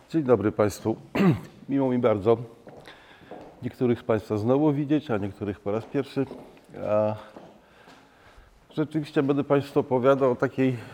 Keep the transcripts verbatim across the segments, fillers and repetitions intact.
Dzień dobry Państwu. Miło mi bardzo niektórych z Państwa znowu widzieć, a niektórych po raz pierwszy. A rzeczywiście będę Państwu opowiadał o takiej e,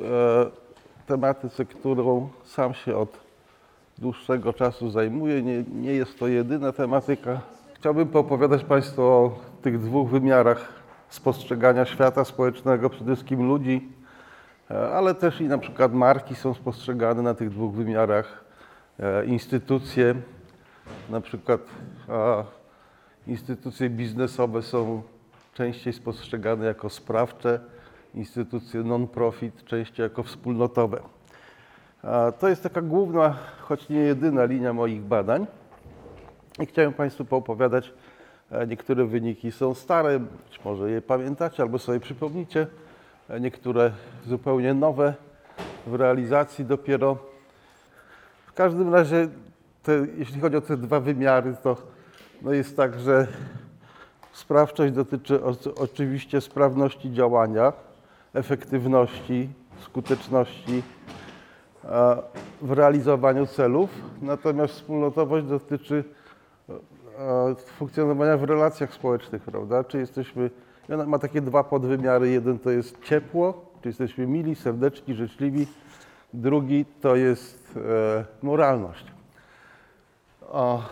tematyce, którą sam się od dłuższego czasu zajmuję. Nie, nie jest to jedyna tematyka. Chciałbym poopowiadać Państwu o tych dwóch wymiarach spostrzegania świata społecznego, przede wszystkim ludzi, ale też i na przykład marki są spostrzegane na tych dwóch wymiarach. Instytucje, na przykład a, instytucje biznesowe są częściej spostrzegane jako sprawcze, instytucje non-profit częściej jako wspólnotowe. A, to jest taka główna, choć nie jedyna linia moich badań i chciałem Państwu poopowiadać. Niektóre wyniki są stare, być może je pamiętacie albo sobie przypomnicie, niektóre zupełnie nowe, w realizacji dopiero. W każdym razie, te, jeśli chodzi o te dwa wymiary, to no jest tak, że sprawczość dotyczy o, oczywiście sprawności działania, efektywności, skuteczności a, w realizowaniu celów, natomiast wspólnotowość dotyczy a, funkcjonowania w relacjach społecznych, prawda? Czy jesteśmy, ona ma takie dwa podwymiary, jeden to jest ciepło, czy jesteśmy mili, serdeczni, życzliwi, drugi to jest e, moralność. O,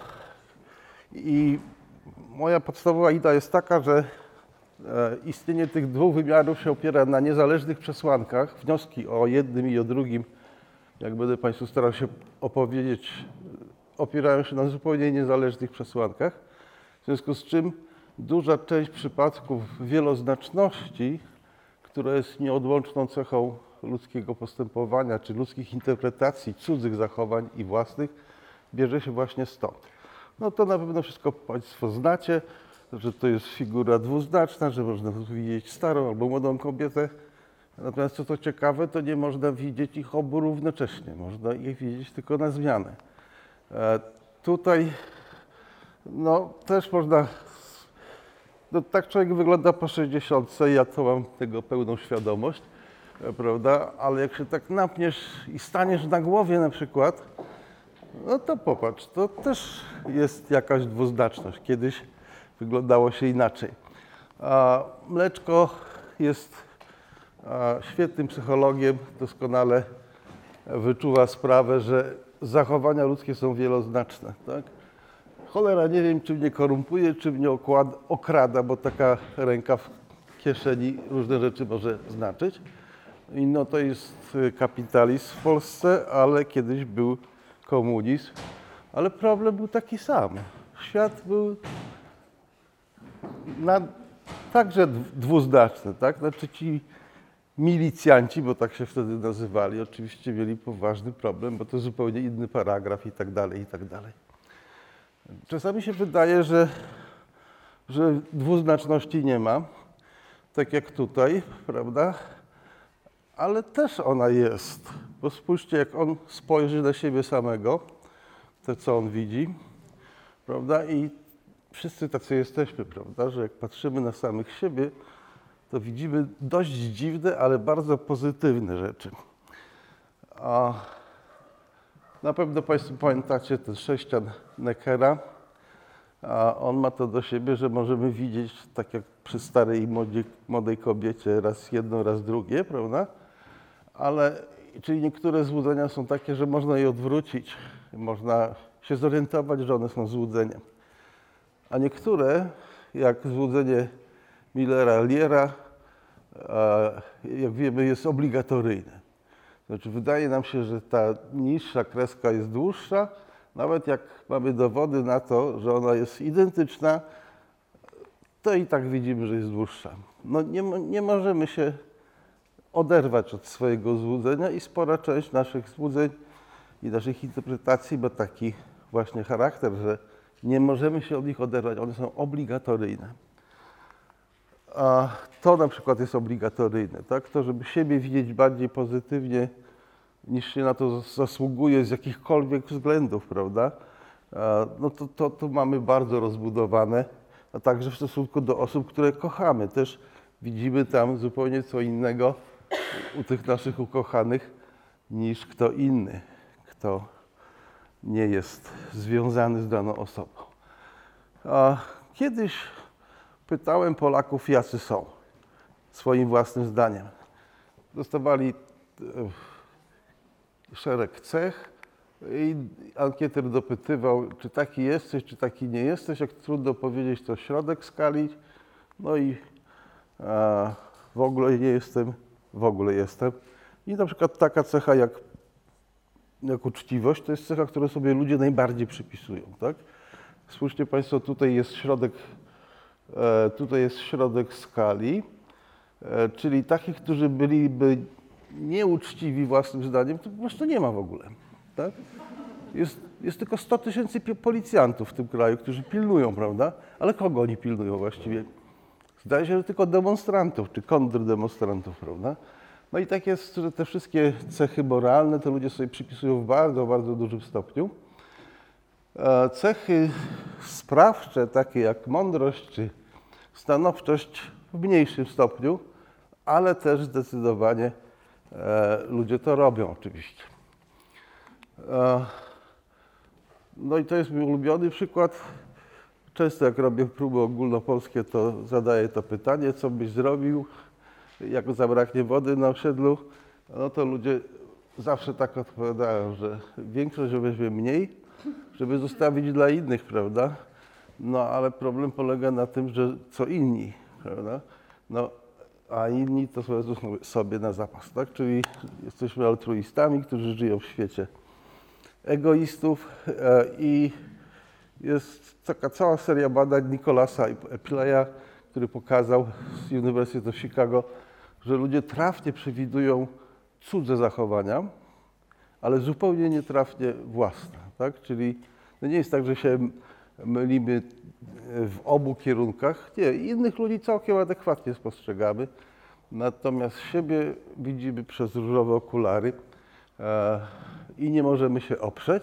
I moja podstawowa idea jest taka, że e, istnienie tych dwóch wymiarów się opiera na niezależnych przesłankach. Wnioski o jednym i o drugim, jak będę Państwu starał się opowiedzieć, opierają się na zupełnie niezależnych przesłankach. W związku z czym duża część przypadków wieloznaczności, która jest nieodłączną cechą ludzkiego postępowania, czy ludzkich interpretacji cudzych zachowań i własnych, bierze się właśnie stąd. No to na pewno wszystko Państwo znacie, że to jest figura dwuznaczna, że można widzieć starą albo młodą kobietę. Natomiast co to ciekawe, to nie można widzieć ich obu równocześnie. Można ich widzieć tylko na zmianę. E, tutaj no też można. No, tak człowiek wygląda po sześćdziesiątce, ja to mam tego pełną świadomość, prawda? Ale jak się tak napniesz i staniesz na głowie na przykład, no to popatrz, to też jest jakaś dwuznaczność. Kiedyś wyglądało się inaczej. A mleczko jest a, świetnym psychologiem, doskonale wyczuwa sprawę, że zachowania ludzkie są wieloznaczne, tak? Cholera, nie wiem, czy mnie korumpuje, czy mnie okład, okrada, bo taka ręka w kieszeni różne rzeczy może znaczyć. I no to jest kapitalizm w Polsce, ale kiedyś był komunizm. Ale problem był taki sam. Świat był na, także dwuznaczny, tak? Znaczy ci milicjanci, bo tak się wtedy nazywali, oczywiście mieli poważny problem, bo to zupełnie inny paragraf i tak dalej, i tak dalej. Czasami się wydaje, że, że dwuznaczności nie ma, tak jak tutaj, prawda? Ale też ona jest, bo spójrzcie, jak on spojrzy na siebie samego, to co on widzi, prawda? I wszyscy tacy jesteśmy, prawda? Że jak patrzymy na samych siebie, to widzimy dość dziwne, ale bardzo pozytywne rzeczy. A na pewno Państwo pamiętacie ten sześcian Neckera, a on ma to do siebie, że możemy widzieć, tak jak przy starej i młodej, młodej kobiecie, raz jedno, raz drugie, prawda? Ale, czyli niektóre złudzenia są takie, że można je odwrócić, można się zorientować, że one są złudzeniem. A niektóre, jak złudzenie Millera-Liera, jak wiemy, jest obligatoryjne. Znaczy, wydaje nam się, że ta niższa kreska jest dłuższa, nawet jak mamy dowody na to, że ona jest identyczna, to i tak widzimy, że jest dłuższa. No nie, nie możemy się oderwać od swojego złudzenia i spora część naszych złudzeń i naszych interpretacji ma taki właśnie charakter, że nie możemy się od nich oderwać, one są obligatoryjne. A to na przykład jest obligatoryjne, tak? To, żeby siebie widzieć bardziej pozytywnie, niż się na to zasługuje z jakichkolwiek względów, prawda? No to, to, to mamy bardzo rozbudowane, a także w stosunku do osób, które kochamy. Też widzimy tam zupełnie co innego u tych naszych ukochanych niż kto inny, kto nie jest związany z daną osobą. A kiedyś pytałem Polaków, jacy są, swoim własnym zdaniem. Dostawali szereg cech i ankieter dopytywał, czy taki jesteś, czy taki nie jesteś. Jak trudno powiedzieć, to środek skali. No i a, w ogóle nie jestem, w ogóle jestem. I na przykład taka cecha jak, jak uczciwość, to jest cecha, którą sobie ludzie najbardziej przypisują, tak? Spójrzcie Państwo, tutaj jest środek, e, tutaj jest środek skali, e, czyli takich, którzy byliby nieuczciwi własnym zdaniem, to po prostu nie ma w ogóle, tak? Jest, jest tylko sto tysięcy policjantów w tym kraju, którzy pilnują, prawda? Ale kogo oni pilnują właściwie? Zdaje się, że tylko demonstrantów, czy kontrdemonstrantów, prawda? No i tak jest, że te wszystkie cechy moralne to ludzie sobie przypisują w bardzo, bardzo dużym stopniu. Cechy sprawcze, takie jak mądrość czy stanowczość w mniejszym stopniu, ale też zdecydowanie e, ludzie to robią oczywiście. E, no i to jest mój ulubiony przykład. Często jak robię próby ogólnopolskie, to zadaję to pytanie, co byś zrobił, jak zabraknie wody na osiedlu. No to ludzie zawsze tak odpowiadają, że większość weźmie mniej, żeby zostawić dla innych, prawda? No ale problem polega na tym, że co inni, prawda? No, a inni to sobie na zapas, tak? Czyli jesteśmy altruistami, którzy żyją w świecie egoistów e, i jest taka cała seria badań Nicolasa Epileya, który pokazał z Uniwersytetu Chicago, że ludzie trafnie przewidują cudze zachowania, ale zupełnie nietrafnie własne, tak? Czyli no nie jest tak, że się mylimy w obu kierunkach. Nie, innych ludzi całkiem adekwatnie spostrzegamy, natomiast siebie widzimy przez różowe okulary e, i nie możemy się oprzeć.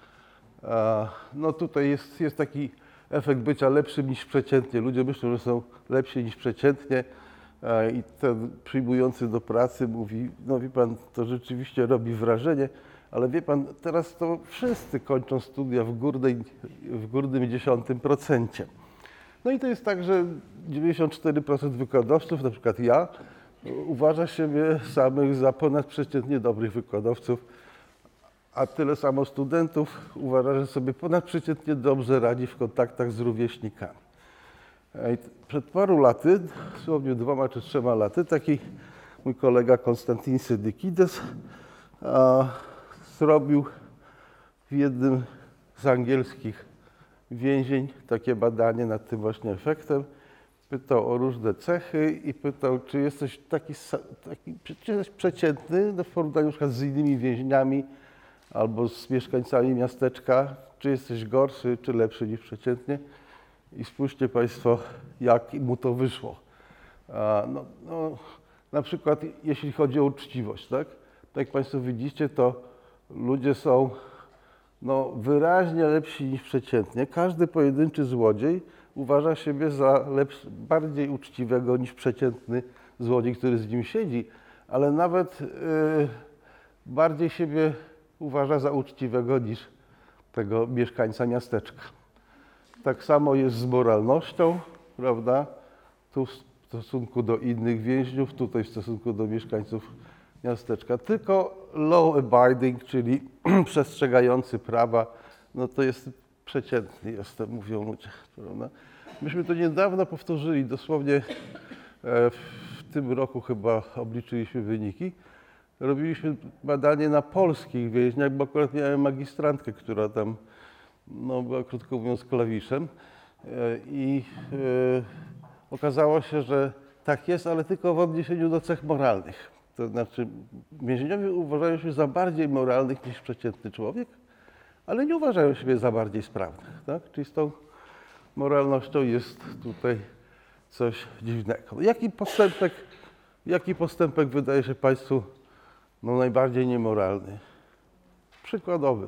E, no tutaj jest, jest taki efekt bycia lepszym niż przeciętnie. Ludzie myślą, że są lepsi niż przeciętnie e, i ten przyjmujący do pracy mówi, no wie pan, to rzeczywiście robi wrażenie, ale wie pan, teraz to wszyscy kończą studia w, górnej, w górnym dziesiątym procencie. No i to jest tak, że dziewięćdziesiąt cztery procent wykładowców, na przykład ja, uważa siebie samych za ponadprzeciętnie dobrych wykładowców, a tyle samo studentów uważa, że sobie ponadprzeciętnie dobrze radzi w kontaktach z rówieśnikami. I przed paru laty, dosłownie dwoma czy trzema laty, taki mój kolega Konstantin Sydykides a, zrobił w jednym z angielskich więzień takie badanie nad tym właśnie efektem. Pytał o różne cechy i pytał, czy jesteś taki, taki czy jesteś przeciętny w porównaniu na przykład z innymi więźniami albo z mieszkańcami miasteczka, czy jesteś gorszy, czy lepszy niż przeciętnie. I spójrzcie Państwo, jak mu to wyszło. A, no, no, na przykład jeśli chodzi o uczciwość, tak? Tak jak Państwo widzicie, to ludzie są no, wyraźnie lepsi niż przeciętnie. Każdy pojedynczy złodziej uważa siebie za lepszy, bardziej uczciwego niż przeciętny złodziej, który z nim siedzi, ale nawet yy, bardziej siebie uważa za uczciwego niż tego mieszkańca miasteczka. Tak samo jest z moralnością, prawda? Tu w stosunku do innych więźniów, tutaj w stosunku do mieszkańców miasteczka. Tylko law abiding, czyli przestrzegający prawa, no to jest przeciętny jestem, mówią ludzie, prawda? Myśmy to niedawno powtórzyli, dosłownie w tym roku chyba obliczyliśmy wyniki. Robiliśmy badanie na polskich więźniach, bo akurat miałem magistrantkę, która tam no, była, krótko mówiąc, klawiszem. I e, okazało się, że tak jest, ale tylko w odniesieniu do cech moralnych. To znaczy więźniowie uważają się za bardziej moralnych niż przeciętny człowiek, ale nie uważają siebie za bardziej sprawnych. Tak? Czyli z tą moralnością jest tutaj coś dziwnego. Jaki postępek, jaki postępek wydaje się Państwu no, najbardziej niemoralny? Przykładowy.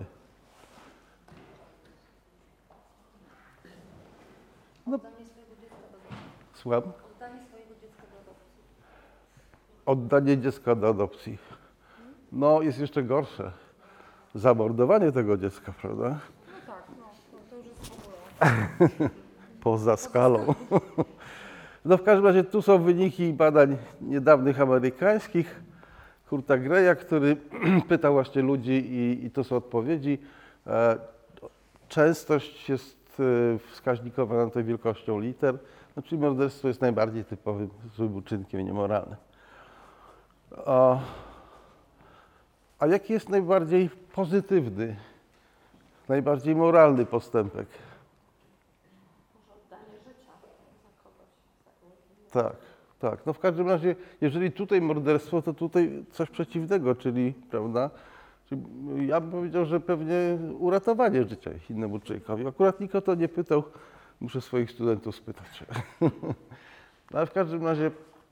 No, Oddanie swojego dziecka do adopcji. Słucham? Oddanie swojego dziecka do adopcji. Oddanie dziecka do adopcji. No, jest jeszcze gorsze. zamordowanie tego dziecka, prawda? No tak, no, to, to już jest w ogóle. Poza skalą. No w każdym razie tu są wyniki badań niedawnych amerykańskich. Kurta Greya, który pytał właśnie ludzi i, i to są odpowiedzi. E, częstość jest e, wskaźnikowa na tej wielkością liter, no, czyli morderstwo jest najbardziej typowym złym uczynkiem niemoralnym. A, a jaki jest najbardziej pozytywny, najbardziej moralny postępek? Tak, tak. No w każdym razie, jeżeli tutaj morderstwo, to tutaj coś przeciwnego, czyli, prawda? Czyli ja bym powiedział, że pewnie uratowanie życia innemu człowiekowi. Akurat nikt o to nie pytał, muszę swoich studentów spytać. No ale w każdym razie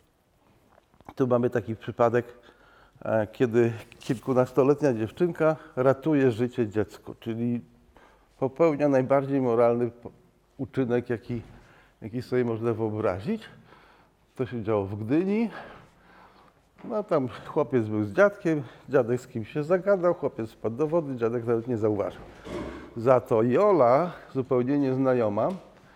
tu mamy taki przypadek, e, kiedy kilkunastoletnia dziewczynka ratuje życie dziecku, czyli popełnia najbardziej moralny po- uczynek, jaki, jaki sobie można wyobrazić. To się działo w Gdyni. No tam chłopiec był z dziadkiem, dziadek z kimś się zagadał, chłopiec spadł do wody, dziadek nawet nie zauważył. Za to Jola, zupełnie nieznajoma,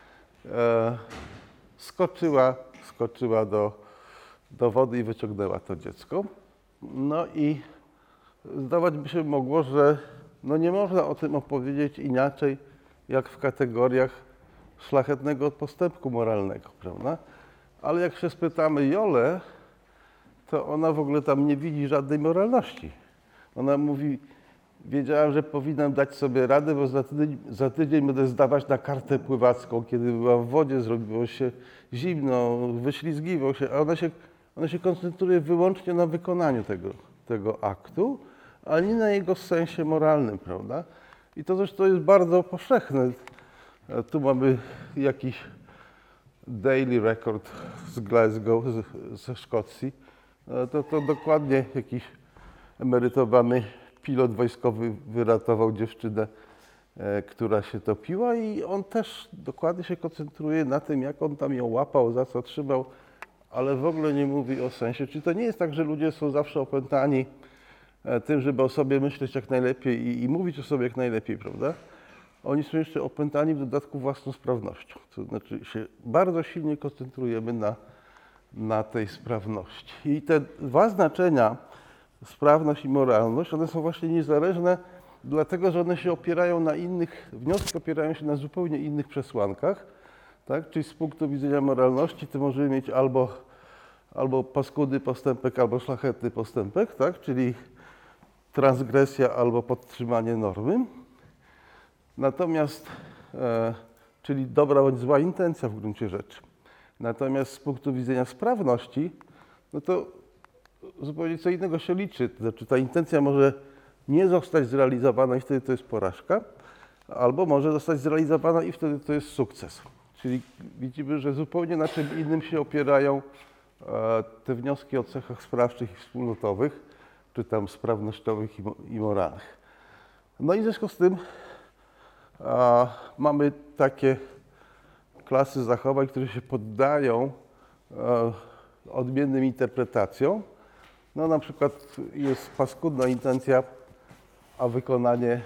e, skoczyła, skoczyła do, do wody i wyciągnęła to dziecko. No i zdawać by się mogło, że no nie można o tym opowiedzieć inaczej, jak w kategoriach szlachetnego postępku moralnego, prawda? Ale jak się spytamy Jolę, to ona w ogóle tam nie widzi żadnej moralności. Ona mówi, wiedziałam, że powinnam dać sobie radę, bo za tydzień, za tydzień będę zdawać na kartę pływacką. Kiedy była w wodzie, zrobiło się zimno, wyślizgiwał się, a ona się, ona się koncentruje wyłącznie na wykonaniu tego, tego aktu, a nie na jego sensie moralnym, prawda? I to zresztą jest bardzo powszechne. A tu mamy jakiś Daily Record z Glasgow, z, ze Szkocji. E, To, to dokładnie jakiś emerytowany pilot wojskowy wyratował dziewczynę, e, która się topiła i on też dokładnie się koncentruje na tym, jak on tam ją łapał, za co trzymał, ale w ogóle nie mówi o sensie. Czy to nie jest tak, że ludzie są zawsze opętani e, tym, żeby o sobie myśleć jak najlepiej i, i mówić o sobie jak najlepiej, prawda? Oni są jeszcze opętani w dodatku własną sprawnością. To znaczy się bardzo silnie koncentrujemy na, na tej sprawności. I te dwa znaczenia, sprawność i moralność, one są właśnie niezależne, dlatego że one się opierają na innych, wnioski opierają się na zupełnie innych przesłankach. Tak? Czyli z punktu widzenia moralności to możemy mieć albo, albo paskudny postępek, albo szlachetny postępek, tak? Czyli transgresja albo podtrzymanie normy. Natomiast, e, czyli dobra bądź zła intencja w gruncie rzeczy. Natomiast z punktu widzenia sprawności, no to zupełnie co innego się liczy. To znaczy ta intencja może nie zostać zrealizowana i wtedy to jest porażka, albo może zostać zrealizowana i wtedy to jest sukces. Czyli widzimy, że zupełnie na czym innym się opierają e, te wnioski o cechach sprawczych i wspólnotowych, czy tam sprawnościowych i, mo- i moralnych. No i w związku z tym a mamy takie klasy zachowań, które się poddają e, odmiennym interpretacjom. No na przykład jest paskudna intencja, a wykonanie,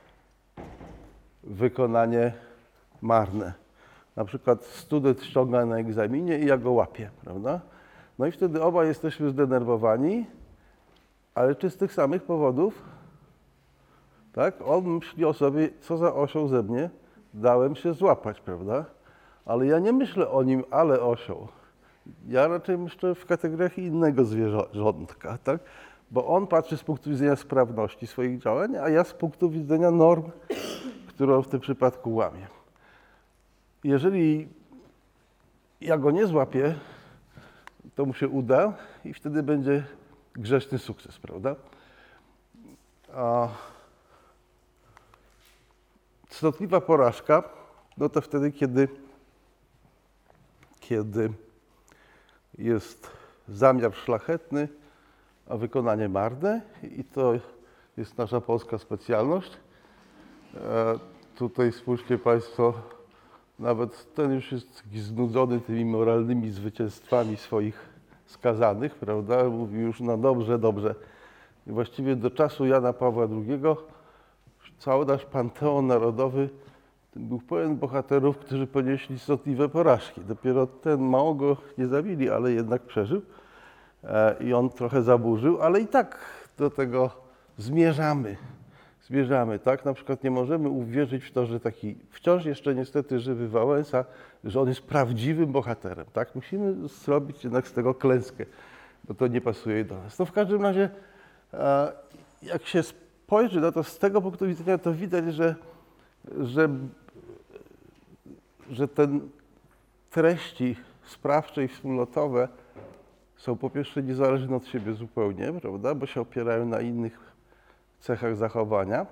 wykonanie marne. Na przykład student ściąga na egzaminie i ja go łapię, prawda? No i wtedy obaj jesteśmy zdenerwowani, ale czy z tych samych powodów? Tak? On myśli o sobie, co za osioł ze mnie, dałem się złapać, prawda? Ale ja nie myślę o nim, ale osioł. Ja raczej myślę w kategoriach innego zwierzątka, tak? Bo on patrzy z punktu widzenia sprawności swoich działań, a ja z punktu widzenia norm, którą w tym przypadku łamię. Jeżeli ja go nie złapię, to mu się uda i wtedy będzie grzeszny sukces, prawda? A cnotliwa porażka, no to wtedy, kiedy, kiedy jest zamiar szlachetny, a wykonanie marne i to jest nasza polska specjalność. E, tutaj spójrzcie Państwo, nawet ten już jest taki znudzony tymi moralnymi zwycięstwami swoich skazanych, prawda? Mówi już, no dobrze, dobrze. I właściwie do czasu Jana Pawła drugiego cały nasz panteon narodowy to był pełen bohaterów, którzy ponieśli straszliwe porażki. Dopiero ten mało go nie zabili, ale jednak przeżył e, i on trochę zaburzył, ale i tak do tego zmierzamy. Zmierzamy, tak? Na przykład nie możemy uwierzyć w to, że taki wciąż jeszcze niestety żywy Wałęsa, że on jest prawdziwym bohaterem, tak? Musimy zrobić jednak z tego klęskę, bo to nie pasuje do nas. To w każdym razie, e, jak się spojrzy na to z tego punktu widzenia, to widać, że, że, że te treści sprawcze i wspólnotowe są po pierwsze niezależne od siebie zupełnie, prawda? Bo się opierają na innych cechach zachowania.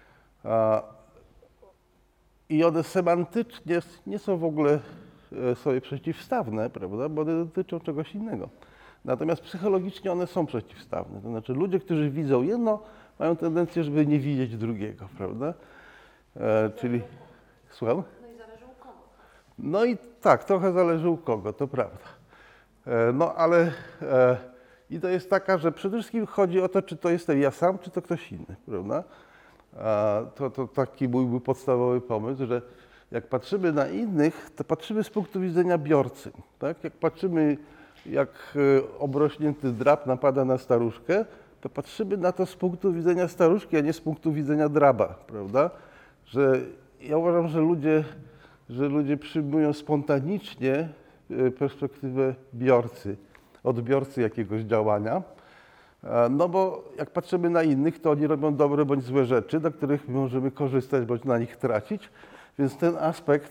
I one semantycznie nie są w ogóle sobie przeciwstawne, prawda? Bo one dotyczą czegoś innego. Natomiast psychologicznie one są przeciwstawne. To znaczy ludzie, którzy widzą jedno, mają tendencję, żeby nie widzieć drugiego, prawda? E, czyli... Słucham? No i zależy u kogo. No i tak, trochę zależy u kogo, to prawda. E, no ale... E, idea jest taka, że przede wszystkim chodzi o to, czy to jestem ja sam, czy to ktoś inny, prawda? A to, to taki byłby podstawowy pomysł, że jak patrzymy na innych, to patrzymy z punktu widzenia biorcy, tak? Jak patrzymy, jak obrośnięty drab napada na staruszkę, to patrzymy na to z punktu widzenia staruszki, a nie z punktu widzenia draba, prawda? Że ja uważam, że ludzie, że ludzie przyjmują spontanicznie perspektywę biorcy, odbiorcy jakiegoś działania. No bo jak patrzymy na innych, to oni robią dobre bądź złe rzeczy, na których możemy korzystać bądź na nich tracić, więc ten aspekt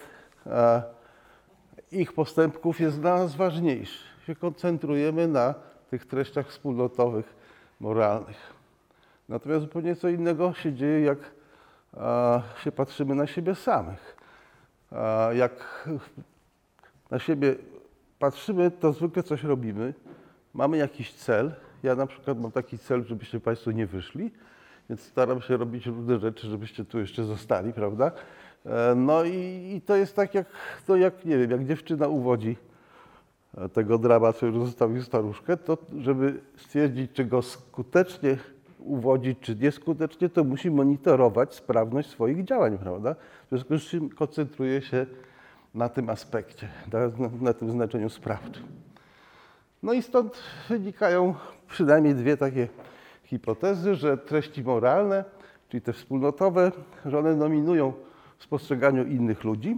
ich postępków jest dla nas ważniejszy. Się koncentrujemy na tych treściach wspólnotowych, moralnych. Natomiast zupełnie co innego się dzieje, jak się patrzymy na siebie samych. Jak na siebie patrzymy, to zwykle coś robimy, mamy jakiś cel. Ja na przykład mam taki cel, żebyście Państwo nie wyszli, więc staram się robić różne rzeczy, żebyście tu jeszcze zostali, prawda? No i, i to jest tak jak, to jak, nie wiem, jak dziewczyna uwodzi tego draba, co już zostawił staruszkę, to żeby stwierdzić, czy go skutecznie uwodzić, czy nieskutecznie, to musi monitorować sprawność swoich działań, prawda? W związku z czym koncentruje się na tym aspekcie, na, na tym znaczeniu sprawczym. No i stąd wynikają przynajmniej dwie takie hipotezy, że treści moralne, czyli te wspólnotowe, że one dominują w spostrzeganiu innych ludzi,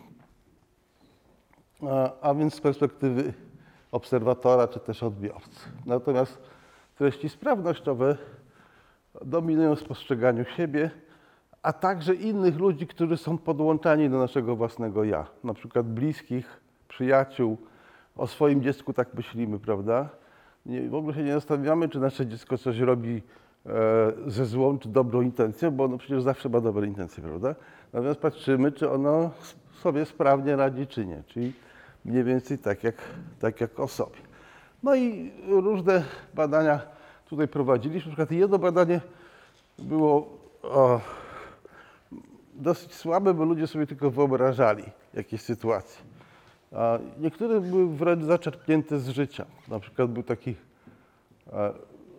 a, a więc z perspektywy obserwatora czy też odbiorcy. Natomiast treści sprawnościowe dominują w spostrzeganiu siebie, a także innych ludzi, którzy są podłączani do naszego własnego ja, na przykład bliskich, przyjaciół. O swoim dziecku tak myślimy, prawda? Nie, w ogóle się nie zastanawiamy, czy nasze dziecko coś robi e, ze złą czy dobrą intencją, bo ono przecież zawsze ma dobre intencje, prawda? Natomiast patrzymy, czy ono sobie sprawnie radzi, czy nie. Czyli mniej więcej tak jak, tak jak o sobie. No i różne badania tutaj prowadziliśmy. Na przykład jedno badanie było o, dosyć słabe, bo ludzie sobie tylko wyobrażali jakieś sytuacje. A niektóre były wręcz zaczerpnięte z życia. Na przykład był taki, a,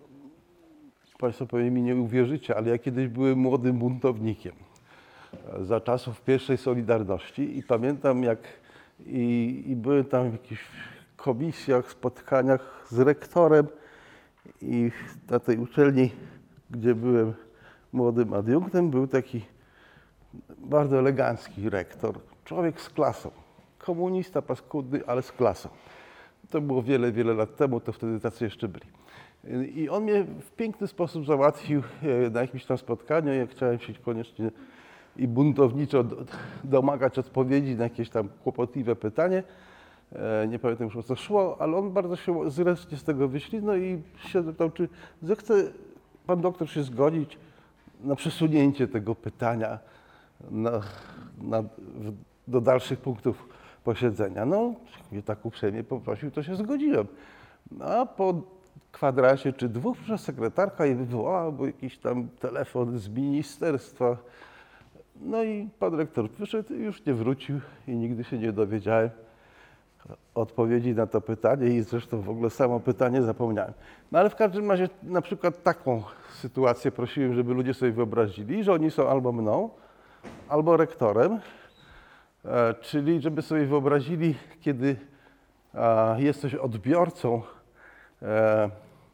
Państwo pewnie mi nie uwierzycie, ale ja kiedyś byłem młodym buntownikiem a, za czasów pierwszej Solidarności i pamiętam jak i, i byłem tam w jakichś komisjach, spotkaniach z rektorem i na tej uczelni, gdzie byłem młodym adiunktem, był taki bardzo elegancki rektor, człowiek z klasą. Komunista paskudny, ale z klasą. To było wiele, wiele lat temu, to wtedy tacy jeszcze byli. I on mnie w piękny sposób załatwił na jakimś tam spotkaniu. Ja chciałem się koniecznie i buntowniczo domagać odpowiedzi na jakieś tam kłopotliwe pytanie. Nie pamiętam już o co szło, ale on bardzo się zręcznie z tego wyśliznął i się zapytał, czy zechce pan doktor się zgodzić na przesunięcie tego pytania na, na, do dalszych punktów posiedzenia. No, mnie tak uprzejmie poprosił, to się zgodziłem. A po kwadransie czy dwóch przyszła sekretarka i wywołała, bo jakiś tam telefon z ministerstwa. No i pan rektor wyszedł i już nie wrócił i nigdy się nie dowiedziałem, odpowiedzi na to pytanie i zresztą w ogóle samo pytanie zapomniałem. No ale w każdym razie na przykład taką sytuację prosiłem, żeby ludzie sobie wyobrazili, że oni są albo mną, albo rektorem, e, czyli żeby sobie wyobrazili, kiedy e, jesteś odbiorcą e,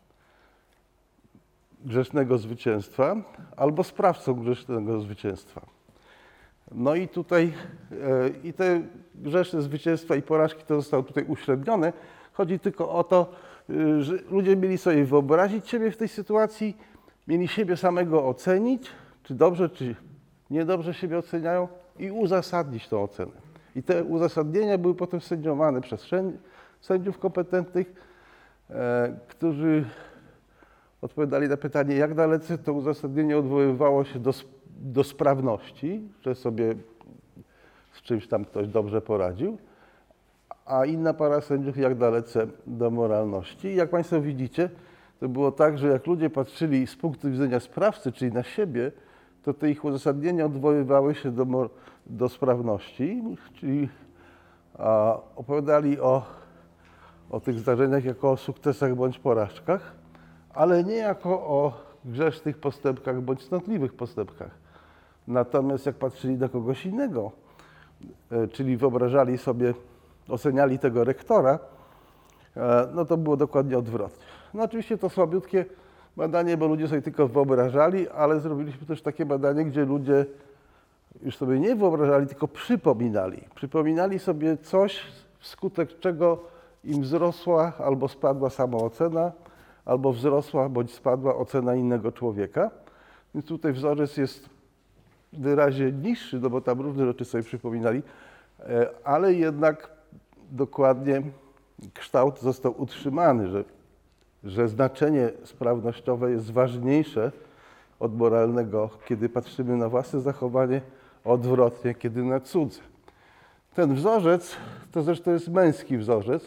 grzesznego zwycięstwa albo sprawcą grzesznego zwycięstwa. No i tutaj e, i te grzeszne zwycięstwa i porażki to zostało tutaj uśrednione. Chodzi tylko o to, e, że ludzie mieli sobie wyobrazić siebie w tej sytuacji, mieli siebie samego ocenić, czy dobrze, czy niedobrze siebie oceniają i uzasadnić tę ocenę. I te uzasadnienia były potem sędziowane przez sędziów kompetentnych, e, którzy odpowiadali na pytanie, jak dalece to uzasadnienie odwoływało się do, do sprawności, że sobie z czymś tam ktoś dobrze poradził, a inna para sędziów jak dalece do moralności. I jak Państwo widzicie, to było tak, że jak ludzie patrzyli z punktu widzenia sprawcy, czyli na siebie, to te ich uzasadnienia odwoływały się do, do sprawności, czyli a, opowiadali o, o tych zdarzeniach jako o sukcesach bądź porażkach, ale nie jako o grzesznych postępkach bądź cnotliwych postępkach. Natomiast jak patrzyli na kogoś innego, czyli wyobrażali sobie, oceniali tego rektora, no to było dokładnie odwrotnie. No oczywiście to słabiutkie badanie, bo ludzie sobie tylko wyobrażali, ale zrobiliśmy też takie badanie, gdzie ludzie już sobie nie wyobrażali, tylko przypominali. Przypominali sobie coś, wskutek czego im wzrosła albo spadła samoocena, albo wzrosła bądź spadła ocena innego człowieka. Więc tutaj wzorzec jest wyraźnie niższy, no bo tam różne rzeczy sobie przypominali, ale jednak dokładnie kształt został utrzymany, że, że znaczenie sprawnościowe jest ważniejsze od moralnego, kiedy patrzymy na własne zachowanie, odwrotnie, kiedy na cudze. Ten wzorzec to zresztą jest męski wzorzec.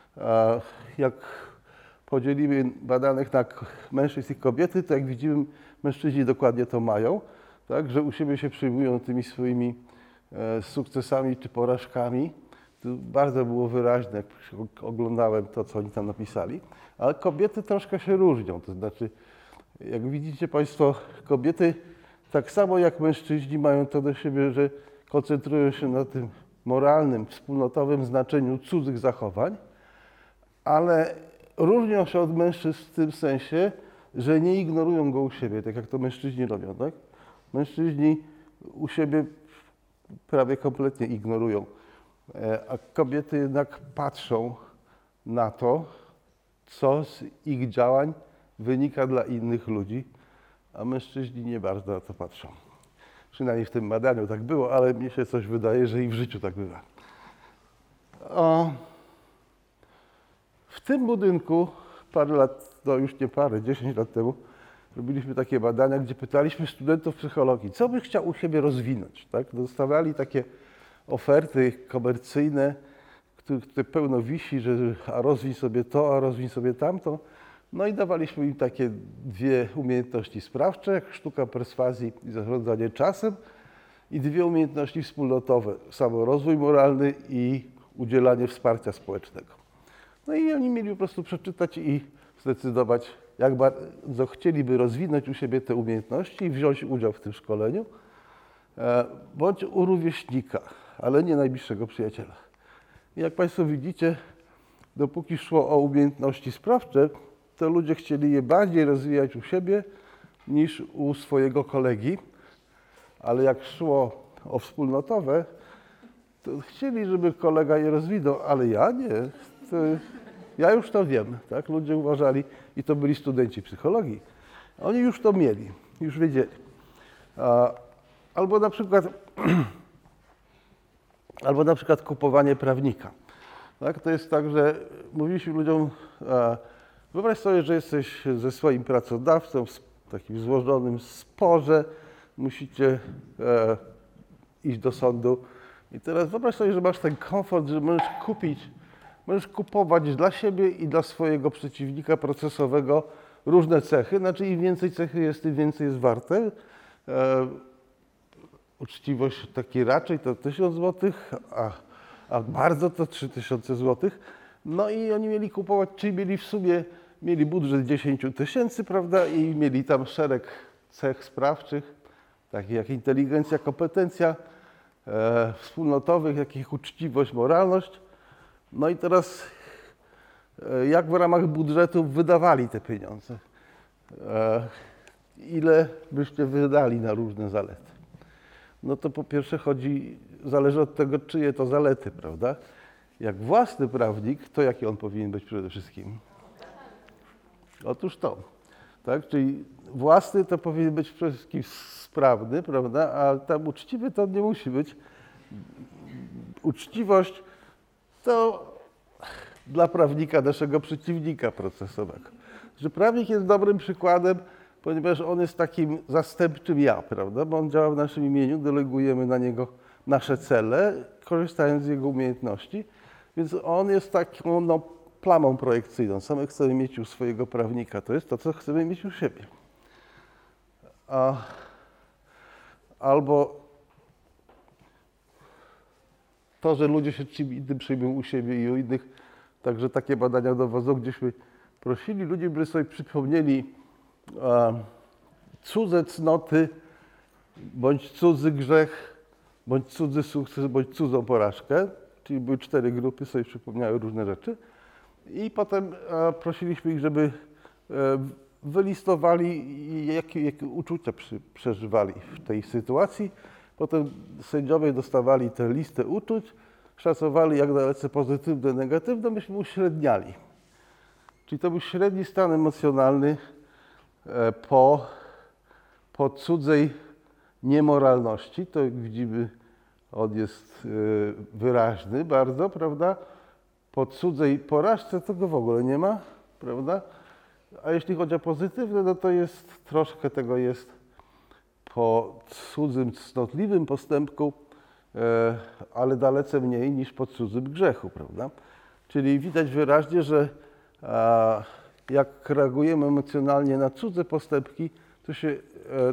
Jak podzielimy badanych na mężczyzn i kobiety, to jak widzimy, mężczyźni dokładnie to mają, tak, że u siebie się przyjmują tymi swoimi e, sukcesami czy porażkami. To bardzo było wyraźne, jak oglądałem to, co oni tam napisali, ale kobiety troszkę się różnią, to znaczy, jak widzicie Państwo, kobiety tak samo jak mężczyźni mają to do siebie, że koncentrują się na tym moralnym, wspólnotowym znaczeniu cudzych zachowań, ale różnią się od mężczyzn w tym sensie, że nie ignorują go u siebie, tak jak to mężczyźni robią, tak? Mężczyźni u siebie prawie kompletnie ignorują, a kobiety jednak patrzą na to, co z ich działań wynika dla innych ludzi, a mężczyźni nie bardzo na to patrzą. Przynajmniej w tym badaniu tak było, ale mi się coś wydaje, że i w życiu tak bywa. O, w tym budynku parę lat, no już nie parę, dziesięć lat temu, robiliśmy takie badania, gdzie pytaliśmy studentów psychologii, co by chciał u siebie rozwinąć. Tak? Dostawali takie oferty komercyjne, które, które pełno wisi, że a rozwiń sobie to, a rozwiń sobie tamto. No i dawaliśmy im takie dwie umiejętności sprawcze, jak sztuka perswazji i zarządzanie czasem, i dwie umiejętności wspólnotowe, samorozwój moralny i udzielanie wsparcia społecznego. No i oni mieli po prostu przeczytać i zdecydować, jak bardzo chcieliby rozwinąć u siebie te umiejętności i wziąć udział w tym szkoleniu, bądź u rówieśnika, ale nie najbliższego przyjaciela. I jak Państwo widzicie, dopóki szło o umiejętności sprawcze, to ludzie chcieli je bardziej rozwijać u siebie niż u swojego kolegi, ale jak szło o wspólnotowe, to chcieli, żeby kolega je rozwinął, ale ja nie. To ja już to wiem, tak? Ludzie uważali, i to byli studenci psychologii, oni już to mieli, już wiedzieli. Albo na przykład, albo na przykład kupowanie prawnika. Tak? To jest tak, że mówiliśmy ludziom, wyobraź sobie, że jesteś ze swoim pracodawcą w takim złożonym sporze, musicie e, iść do sądu i teraz wyobraź sobie, że masz ten komfort, że możesz kupić, możesz kupować dla siebie i dla swojego przeciwnika procesowego różne cechy, znaczy im więcej cechy jest, tym więcej jest warte. E, uczciwość taki raczej to tysiąc złotych, a a bardzo to trzy tysiące złotych. No i oni mieli kupować, czyli mieli w sumie, mieli budżet dziesięć tysięcy, prawda, i mieli tam szereg cech sprawczych, takich jak inteligencja, kompetencja, e, wspólnotowych, jakich uczciwość, moralność. No i teraz e, jak w ramach budżetu wydawali te pieniądze? E, ile byście wydali na różne zalety? No to po pierwsze chodzi, zależy od tego, czyje to zalety, prawda? Jak własny prawnik, to jaki on powinien być przede wszystkim? Otóż to, tak? Czyli własny to powinien być przede wszystkim sprawny, prawda? A tam uczciwy to on nie musi być. Uczciwość to dla prawnika naszego przeciwnika procesowego. Że prawnik jest dobrym przykładem, ponieważ on jest takim zastępczym ja, prawda? Bo on działa w naszym imieniu, delegujemy na niego nasze cele, korzystając z jego umiejętności. Więc on jest taką no, plamą projekcyjną. Co my chcemy mieć u swojego prawnika, to jest to, co chcemy mieć u siebie. A, albo to, że ludzie się czym innym przyjmują u siebie i u innych, także takie badania dowodzą, gdzieśmy prosili ludzi, by sobie przypomnieli a, cudze cnoty, bądź cudzy grzech, bądź cudzy sukces, bądź cudzą porażkę. Czyli były cztery grupy, sobie przypomniały różne rzeczy. I potem a, prosiliśmy ich, żeby e, wylistowali, jakie, jakie uczucia przy, przeżywali w tej sytuacji. Potem sędziowie dostawali tę listę uczuć, szacowali jak dalece pozytywne, negatywne, myśmy uśredniali. Czyli to był średni stan emocjonalny e, po, po cudzej niemoralności. To jak widzimy, on jest y, wyraźny bardzo, prawda? Po cudzej porażce to go w ogóle nie ma, prawda? A jeśli chodzi o pozytywne, no to jest troszkę tego jest po cudzym, cnotliwym postępku, y, ale dalece mniej niż po cudzym grzechu, prawda? Czyli widać wyraźnie, że a, jak reagujemy emocjonalnie na cudze postępki, to się y,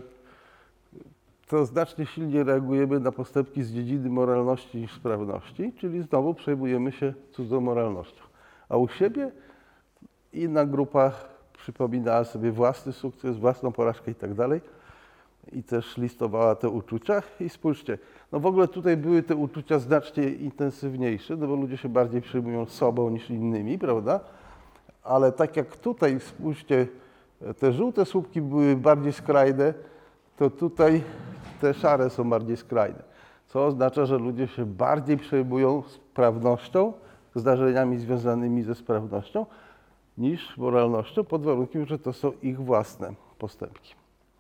to znacznie silniej reagujemy na postępki z dziedziny moralności niż sprawności, czyli znowu przejmujemy się cudzą moralnością. A u siebie inna grupa przypominała sobie własny sukces, własną porażkę i tak dalej i też listowała te uczucia. I spójrzcie, no w ogóle tutaj były te uczucia znacznie intensywniejsze, no bo ludzie się bardziej przejmują sobą niż innymi, prawda? Ale tak jak tutaj, spójrzcie, te żółte słupki były bardziej skrajne, to tutaj te szare są bardziej skrajne, co oznacza, że ludzie się bardziej przejmują sprawnością, zdarzeniami związanymi ze sprawnością, niż moralnością, pod warunkiem, że to są ich własne postępki.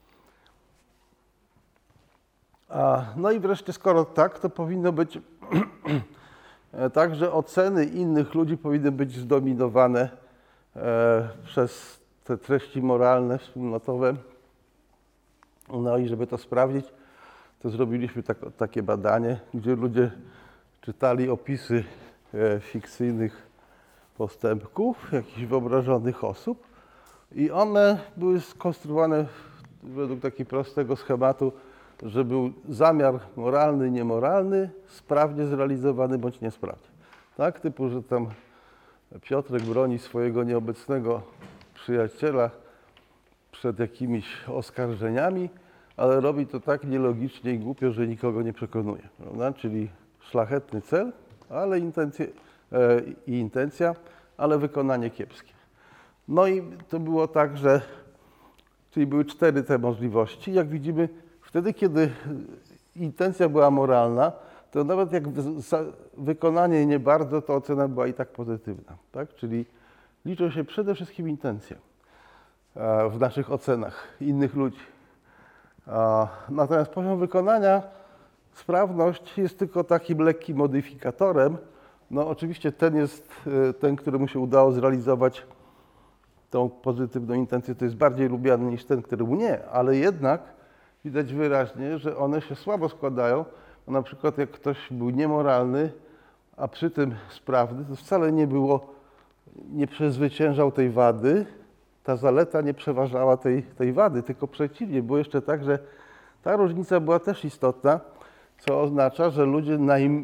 A, no i wreszcie, skoro tak, to powinno być tak, że oceny innych ludzi powinny być zdominowane e, przez te treści moralne, wspólnotowe. No i żeby to sprawdzić, to zrobiliśmy tak, takie badanie, gdzie ludzie czytali opisy e, fikcyjnych postępków, jakichś wyobrażonych osób i one były skonstruowane według takiego prostego schematu, że był zamiar moralny, niemoralny, sprawnie zrealizowany bądź niesprawnie. Tak, typu, że tam Piotrek broni swojego nieobecnego przyjaciela przed jakimiś oskarżeniami, ale robi to tak nielogicznie i głupio, że nikogo nie przekonuje, prawda? Czyli szlachetny cel, ale intencje, e, i intencja, ale wykonanie kiepskie. No i to było tak, że czyli były cztery te możliwości. Jak widzimy, wtedy, kiedy intencja była moralna, to nawet jak wykonanie nie bardzo, to ocena była i tak pozytywna, tak? Czyli liczą się przede wszystkim intencje w naszych ocenach innych ludzi. Natomiast poziom wykonania, sprawność jest tylko takim lekkim modyfikatorem. No oczywiście ten jest ten, któremu się udało zrealizować tą pozytywną intencję, to jest bardziej lubiany niż ten, któremu nie, ale jednak widać wyraźnie, że one się słabo składają. Bo na przykład jak ktoś był niemoralny, a przy tym sprawny, to wcale nie było, nie przezwyciężał tej wady, ta zaleta nie przeważała tej, tej wady, tylko przeciwnie. Było jeszcze tak, że ta różnica była też istotna, co oznacza, że ludzie naj,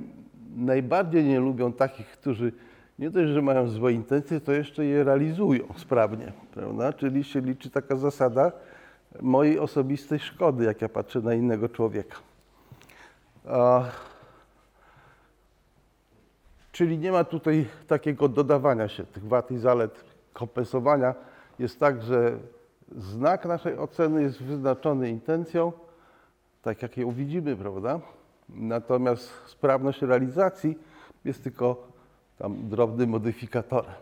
najbardziej nie lubią takich, którzy nie dość, że mają złe intencje, to jeszcze je realizują sprawnie, prawda? Czyli się liczy taka zasada mojej osobistej szkody, jak ja patrzę na innego człowieka. A, czyli nie ma tutaj takiego dodawania się tych wad i zalet, kompensowania. Jest tak, że znak naszej oceny jest wyznaczony intencją, tak jak ją widzimy, prawda? Natomiast sprawność realizacji jest tylko tam drobnym modyfikatorem.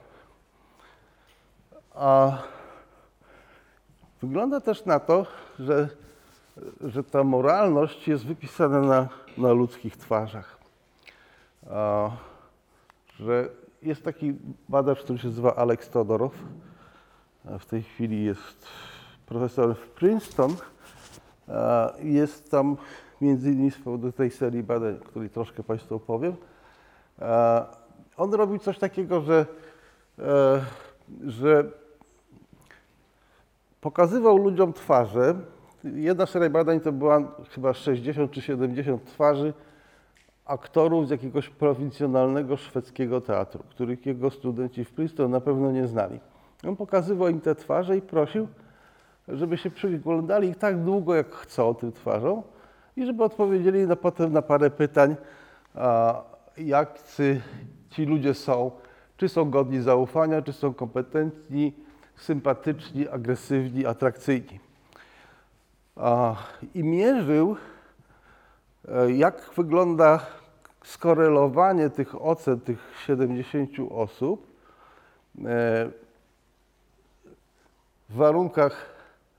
A wygląda też na to, że, że ta moralność jest wypisana na, na ludzkich twarzach. A, że jest taki badacz, który się nazywa Alex Todorow. A w tej chwili jest profesorem w Princeton. A, jest tam między innymi z powodu tej serii badań, o której troszkę Państwu opowiem. A, on robił coś takiego, że, e, że pokazywał ludziom twarze. Jedna seria badań to była chyba sześćdziesiąt czy siedemdziesiąt twarzy aktorów z jakiegoś prowincjonalnego szwedzkiego teatru, których jego studenci w Princeton na pewno nie znali. On pokazywał im te twarze i prosił, żeby się przyglądali tak długo, jak chcą tym twarzom i żeby odpowiedzieli na, potem na parę pytań, a, jak ci ludzie są, czy są godni zaufania, czy są kompetentni, sympatyczni, agresywni, atrakcyjni. A, I mierzył, jak wygląda skorelowanie tych ocen, tych siedemdziesięciu osób w warunkach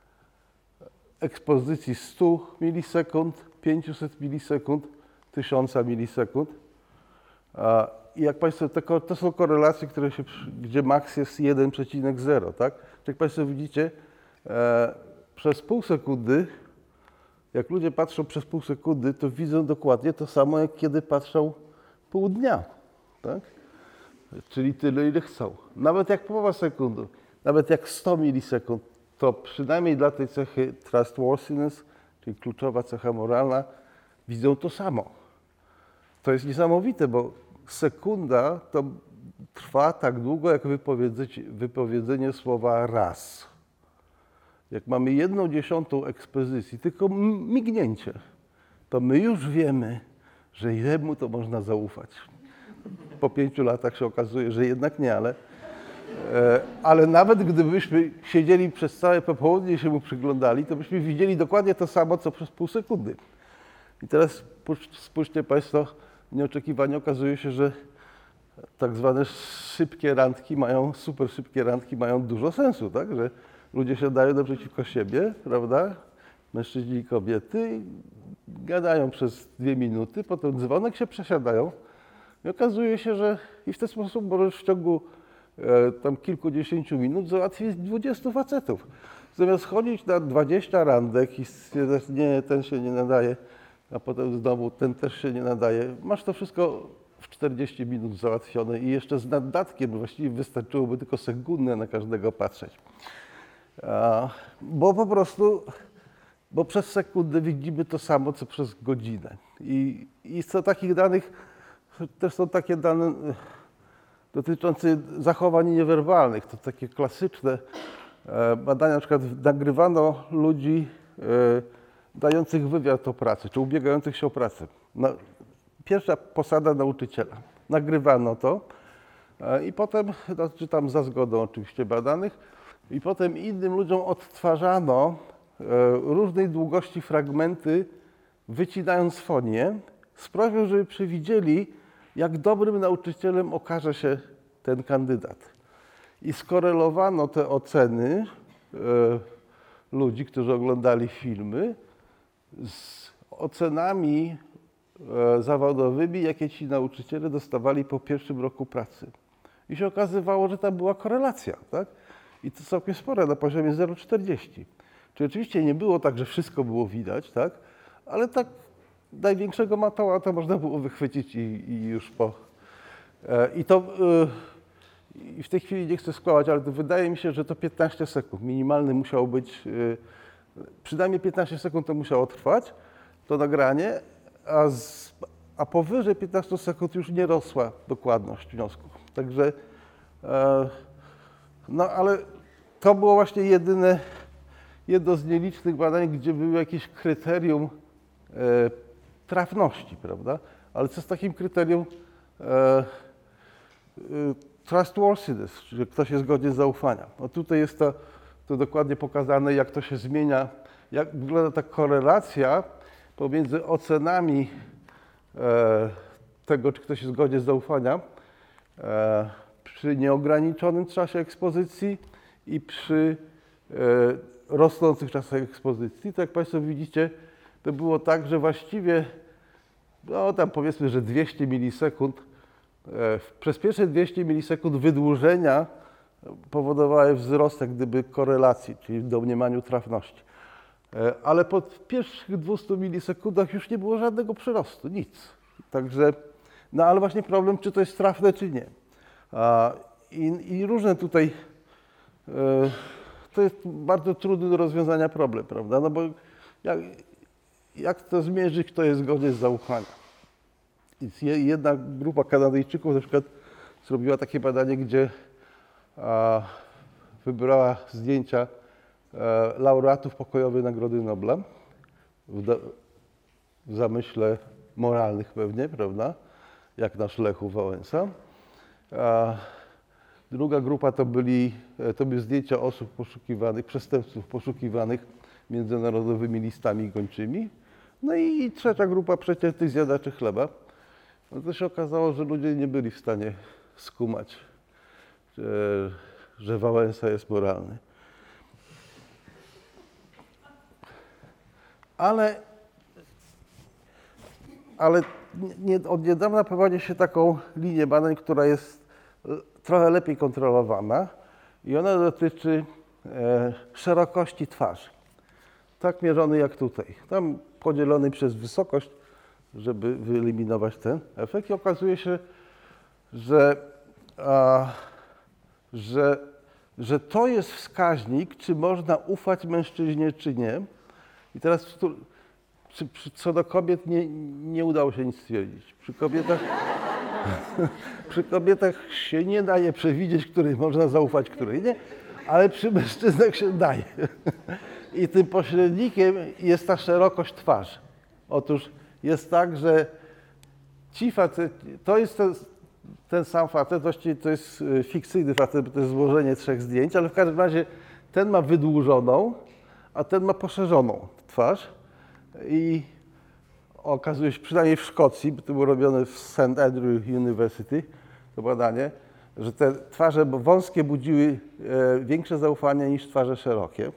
ekspozycji stu milisekund, pięciuset milisekund, tysiąc milisekund. I jak Państwo, te, to są korelacje, które się, gdzie maks jest jeden przecinek zero, tak? Jak Państwo widzicie, e, przez pół sekundy, jak ludzie patrzą przez pół sekundy, to widzą dokładnie to samo, jak kiedy patrzą pół dnia, tak? Czyli tyle, ile chcą. Nawet jak połowa sekundy, nawet jak sto milisekund, to przynajmniej dla tej cechy trustworthiness, czyli kluczowa cecha moralna, widzą to samo. To jest niesamowite, bo sekunda to trwa tak długo, jak wypowiedzenie słowa raz. Jak mamy jedną dziesiątą ekspozycji, tylko mignięcie, to my już wiemy, że jemu to można zaufać. Po pięciu latach się okazuje, że jednak nie, ale, e, ale nawet gdybyśmy siedzieli przez całe popołudnie i się mu przyglądali, to byśmy widzieli dokładnie to samo, co przez pół sekundy. I teraz spójrzcie Państwo, nieoczekiwanie okazuje się, że tak zwane szybkie randki mają, super szybkie randki mają dużo sensu, tak? Że ludzie siadają naprzeciwko siebie, prawda? Mężczyźni i kobiety, gadają przez dwie minuty, potem dzwonek się przesiadają i okazuje się, że i w ten sposób możesz w ciągu e, tam kilkudziesięciu minut załatwić dwudziestu facetów. Zamiast chodzić na dwadzieścia randek i stwierdzać, nie, ten się nie nadaje, a potem znowu ten też się nie nadaje. Masz to wszystko w czterdzieści minut załatwione i jeszcze z naddatkiem właściwie wystarczyłoby tylko sekundę na każdego patrzeć. A, bo po prostu, bo przez sekundę widzimy to samo, co przez godzinę. I, i co takich danych, też są takie dane dotyczące zachowań niewerbalnych. To takie klasyczne badania, na przykład nagrywano ludzi dających wywiad o pracy, czy ubiegających się o pracę. No, pierwsza posada nauczyciela. Nagrywano to i potem, no, czy tam za zgodą oczywiście badanych, i potem innym ludziom odtwarzano różnej długości fragmenty, wycinając fonię, sprawią, żeby przewidzieli, jak dobrym nauczycielem okaże się ten kandydat. I skorelowano te oceny ludzi, którzy oglądali filmy, z ocenami zawodowymi, jakie ci nauczyciele dostawali po pierwszym roku pracy. I się okazywało, że tam była korelacja, tak? I to całkiem spora, na poziomie zero przecinek czterdzieści. Czyli oczywiście nie było tak, że wszystko było widać, tak? Ale tak największego matoła to można było wychwycić i, i już po... I to... I w tej chwili nie chcę skłamać, ale to wydaje mi się, że to piętnaście sekund. Minimalny musiał być... Przynajmniej piętnaście sekund to musiało trwać, to nagranie, a, z, a powyżej piętnastu sekund już nie rosła dokładność wniosków. Także, e, no ale to było właśnie jedyne, jedno z nielicznych badań, gdzie było jakieś kryterium e, trafności, prawda? Ale co z takim kryterium e, e, trustworthiness, że ktoś jest godny zaufania? No tutaj jest to, to dokładnie pokazane, jak to się zmienia, jak wygląda ta korelacja pomiędzy ocenami e, tego, czy ktoś jest godny zaufania e, przy nieograniczonym czasie ekspozycji i przy e, rosnących czasach ekspozycji. To jak Państwo widzicie, to było tak, że właściwie, no tam powiedzmy, że dwieście milisekund, e, przez pierwsze dwieście milisekund wydłużenia powodowały wzrost jak gdyby korelacji, czyli w domniemaniu trafności. E, ale po pierwszych dwustu milisekundach już nie było żadnego przyrostu, nic. Także, no ale właśnie problem, czy to jest trafne, czy nie. A, i, I różne tutaj, e, to jest bardzo trudny do rozwiązania problem, prawda? No bo jak, jak to zmierzyć, kto jest godny zaufania? I jedna grupa Kanadyjczyków na przykład zrobiła takie badanie, gdzie a, wybrała zdjęcia e, laureatów pokojowej Nagrody Nobla w, do, w zamyśle moralnych pewnie, prawda? Jak nasz Lechu Wałęsa. A druga grupa to, byli, to były zdjęcia osób poszukiwanych, przestępców poszukiwanych międzynarodowymi listami gończymi. No i trzecia grupa przeciętnych zjadaczy chleba. No to się okazało, że ludzie nie byli w stanie skumać, że, że Wałęsa jest moralny. Ale, ale nie, od niedawna prowadzi się taką linię badań, która jest trochę lepiej kontrolowana i ona dotyczy e, szerokości twarzy. Tak mierzony jak tutaj. Tam podzielony przez wysokość, żeby wyeliminować ten efekt i okazuje się, że, a, że, że to jest wskaźnik, czy można ufać mężczyźnie, czy nie. I teraz czy, czy, co do kobiet nie, nie udało się nic stwierdzić. Przy kobietach, przy kobietach się nie daje przewidzieć, której można zaufać, której nie, ale przy mężczyznach się daje. I tym pośrednikiem jest ta szerokość twarzy. Otóż jest tak, że ci faceci, to jest ten, ten sam facet, właściwie to jest fikcyjny facet, bo to jest złożenie trzech zdjęć, ale w każdym razie ten ma wydłużoną, a ten ma poszerzoną twarz. I okazuje się, przynajmniej w Szkocji, bo to było robione w Saint Andrew University, to badanie, że te twarze wąskie budziły e, większe zaufanie niż twarze szerokie.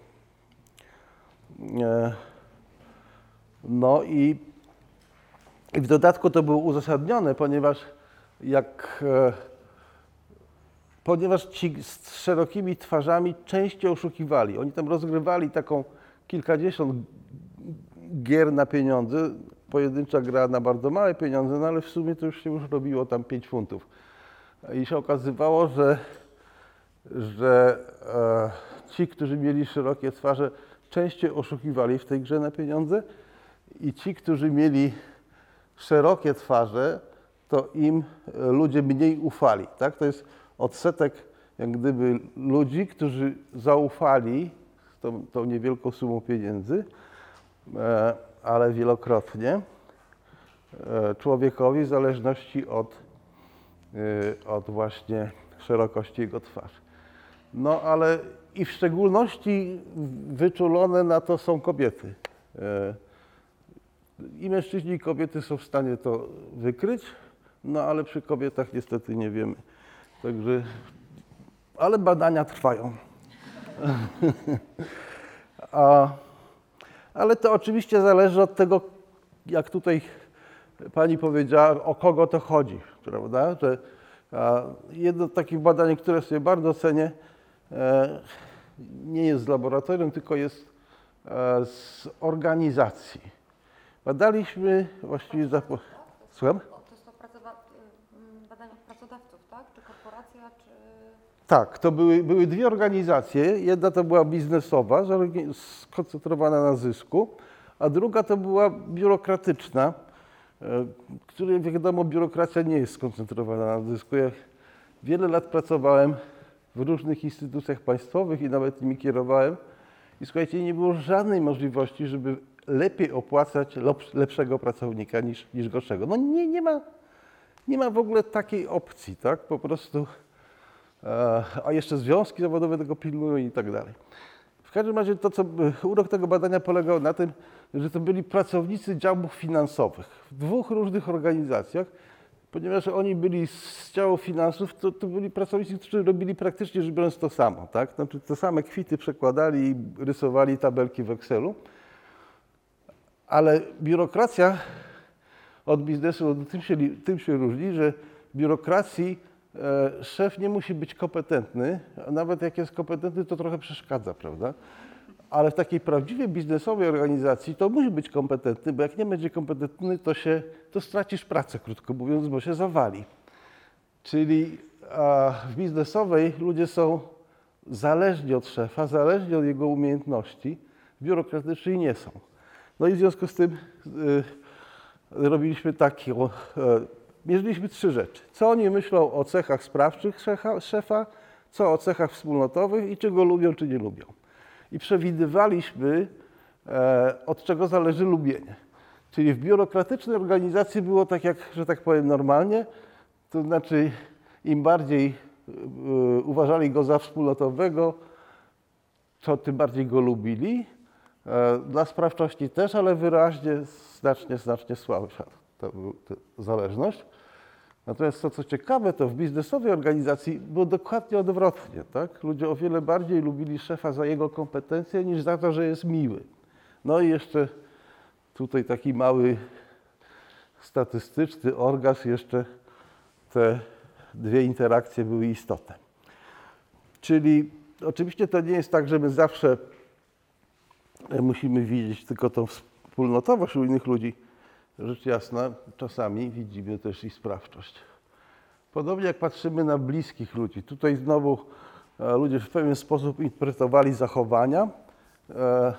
E, no i, i w dodatku to było uzasadnione, ponieważ jak e, ponieważ ci z szerokimi twarzami częściej oszukiwali. Oni tam rozgrywali taką kilkadziesiąt gier na pieniądze, pojedyncza gra na bardzo małe pieniądze, no ale w sumie to już się już robiło tam pięć funtów. I się okazywało, że, że e, ci, którzy mieli szerokie twarze, częściej oszukiwali w tej grze na pieniądze i ci, którzy mieli szerokie twarze, to im ludzie mniej ufali. Tak? To jest odsetek jak gdyby ludzi, którzy zaufali tą, tą niewielką sumą pieniędzy, e, ale wielokrotnie e, człowiekowi w zależności od, e, od właśnie szerokości jego twarzy. No ale i w szczególności wyczulone na to są kobiety. E, I mężczyźni i kobiety są w stanie to wykryć, no ale przy kobietach niestety nie wiemy. Także, ale badania trwają. A, ale to oczywiście zależy od tego, jak tutaj pani powiedziała, o kogo to chodzi, prawda? Że, a, jedno z takich badań, które sobie bardzo cenię, e, nie jest z laboratorium, tylko jest e, z organizacji. Badaliśmy właściwie za... Słucham? To jest to pracowa- badania pracodawców, tak? Czy korporacja, czy... Tak, to były, były dwie organizacje. Jedna to była biznesowa, skoncentrowana na zysku, a druga to była biurokratyczna, który, jak wiadomo, biurokracja nie jest skoncentrowana na dysku. Ja wiele lat pracowałem w różnych instytucjach państwowych i nawet nimi kierowałem. I słuchajcie, nie było żadnej możliwości, żeby lepiej opłacać lepszego pracownika niż, niż gorszego. No nie, nie ma, nie ma w ogóle takiej opcji, tak? Po prostu, e, a jeszcze związki zawodowe tego pilnują i tak dalej. W każdym razie to, co urok tego badania polegał na tym, że to byli pracownicy działów finansowych w dwóch różnych organizacjach, ponieważ oni byli z działu finansów, to, to byli pracownicy, którzy robili praktycznie rzecz biorąc to samo, tak? Znaczy te same kwity przekładali i rysowali tabelki w Excelu, ale biurokracja od biznesu no, tym, się, tym się różni, że w biurokracji e, szef nie musi być kompetentny, a nawet jak jest kompetentny, to trochę przeszkadza, prawda? Ale w takiej prawdziwej biznesowej organizacji to musi być kompetentny, bo jak nie będzie kompetentny, to, się, to stracisz pracę, krótko mówiąc, bo się zawali. Czyli a w biznesowej ludzie są zależni od szefa, zależni od jego umiejętności, w biurokratycznej nie są. No i w związku z tym y, robiliśmy takie, y, mierzyliśmy trzy rzeczy. Co oni myślą o cechach sprawczych szefa, szefa, co o cechach wspólnotowych i czy go lubią, czy nie lubią. I przewidywaliśmy, e, od czego zależy lubienie. Czyli w biurokratycznej organizacji było tak, jak, że tak powiem, normalnie, to znaczy im bardziej y, uważali go za wspólnotowego, to tym bardziej go lubili. E, dla sprawczości też, ale wyraźnie, znacznie, znacznie słabsza ta, ta zależność. Natomiast to, co ciekawe, to w biznesowej organizacji było dokładnie odwrotnie. Tak? Ludzie o wiele bardziej lubili szefa za jego kompetencje niż za to, że jest miły. No i jeszcze tutaj taki mały statystyczny orgazm, jeszcze te dwie interakcje były istotne. Czyli oczywiście to nie jest tak, że my zawsze musimy widzieć tylko tą wspólnotowość u innych ludzi. Rzecz jasna, czasami widzimy też i sprawczość. Podobnie jak patrzymy na bliskich ludzi. Tutaj znowu e, ludzie w pewien sposób interpretowali zachowania e, e,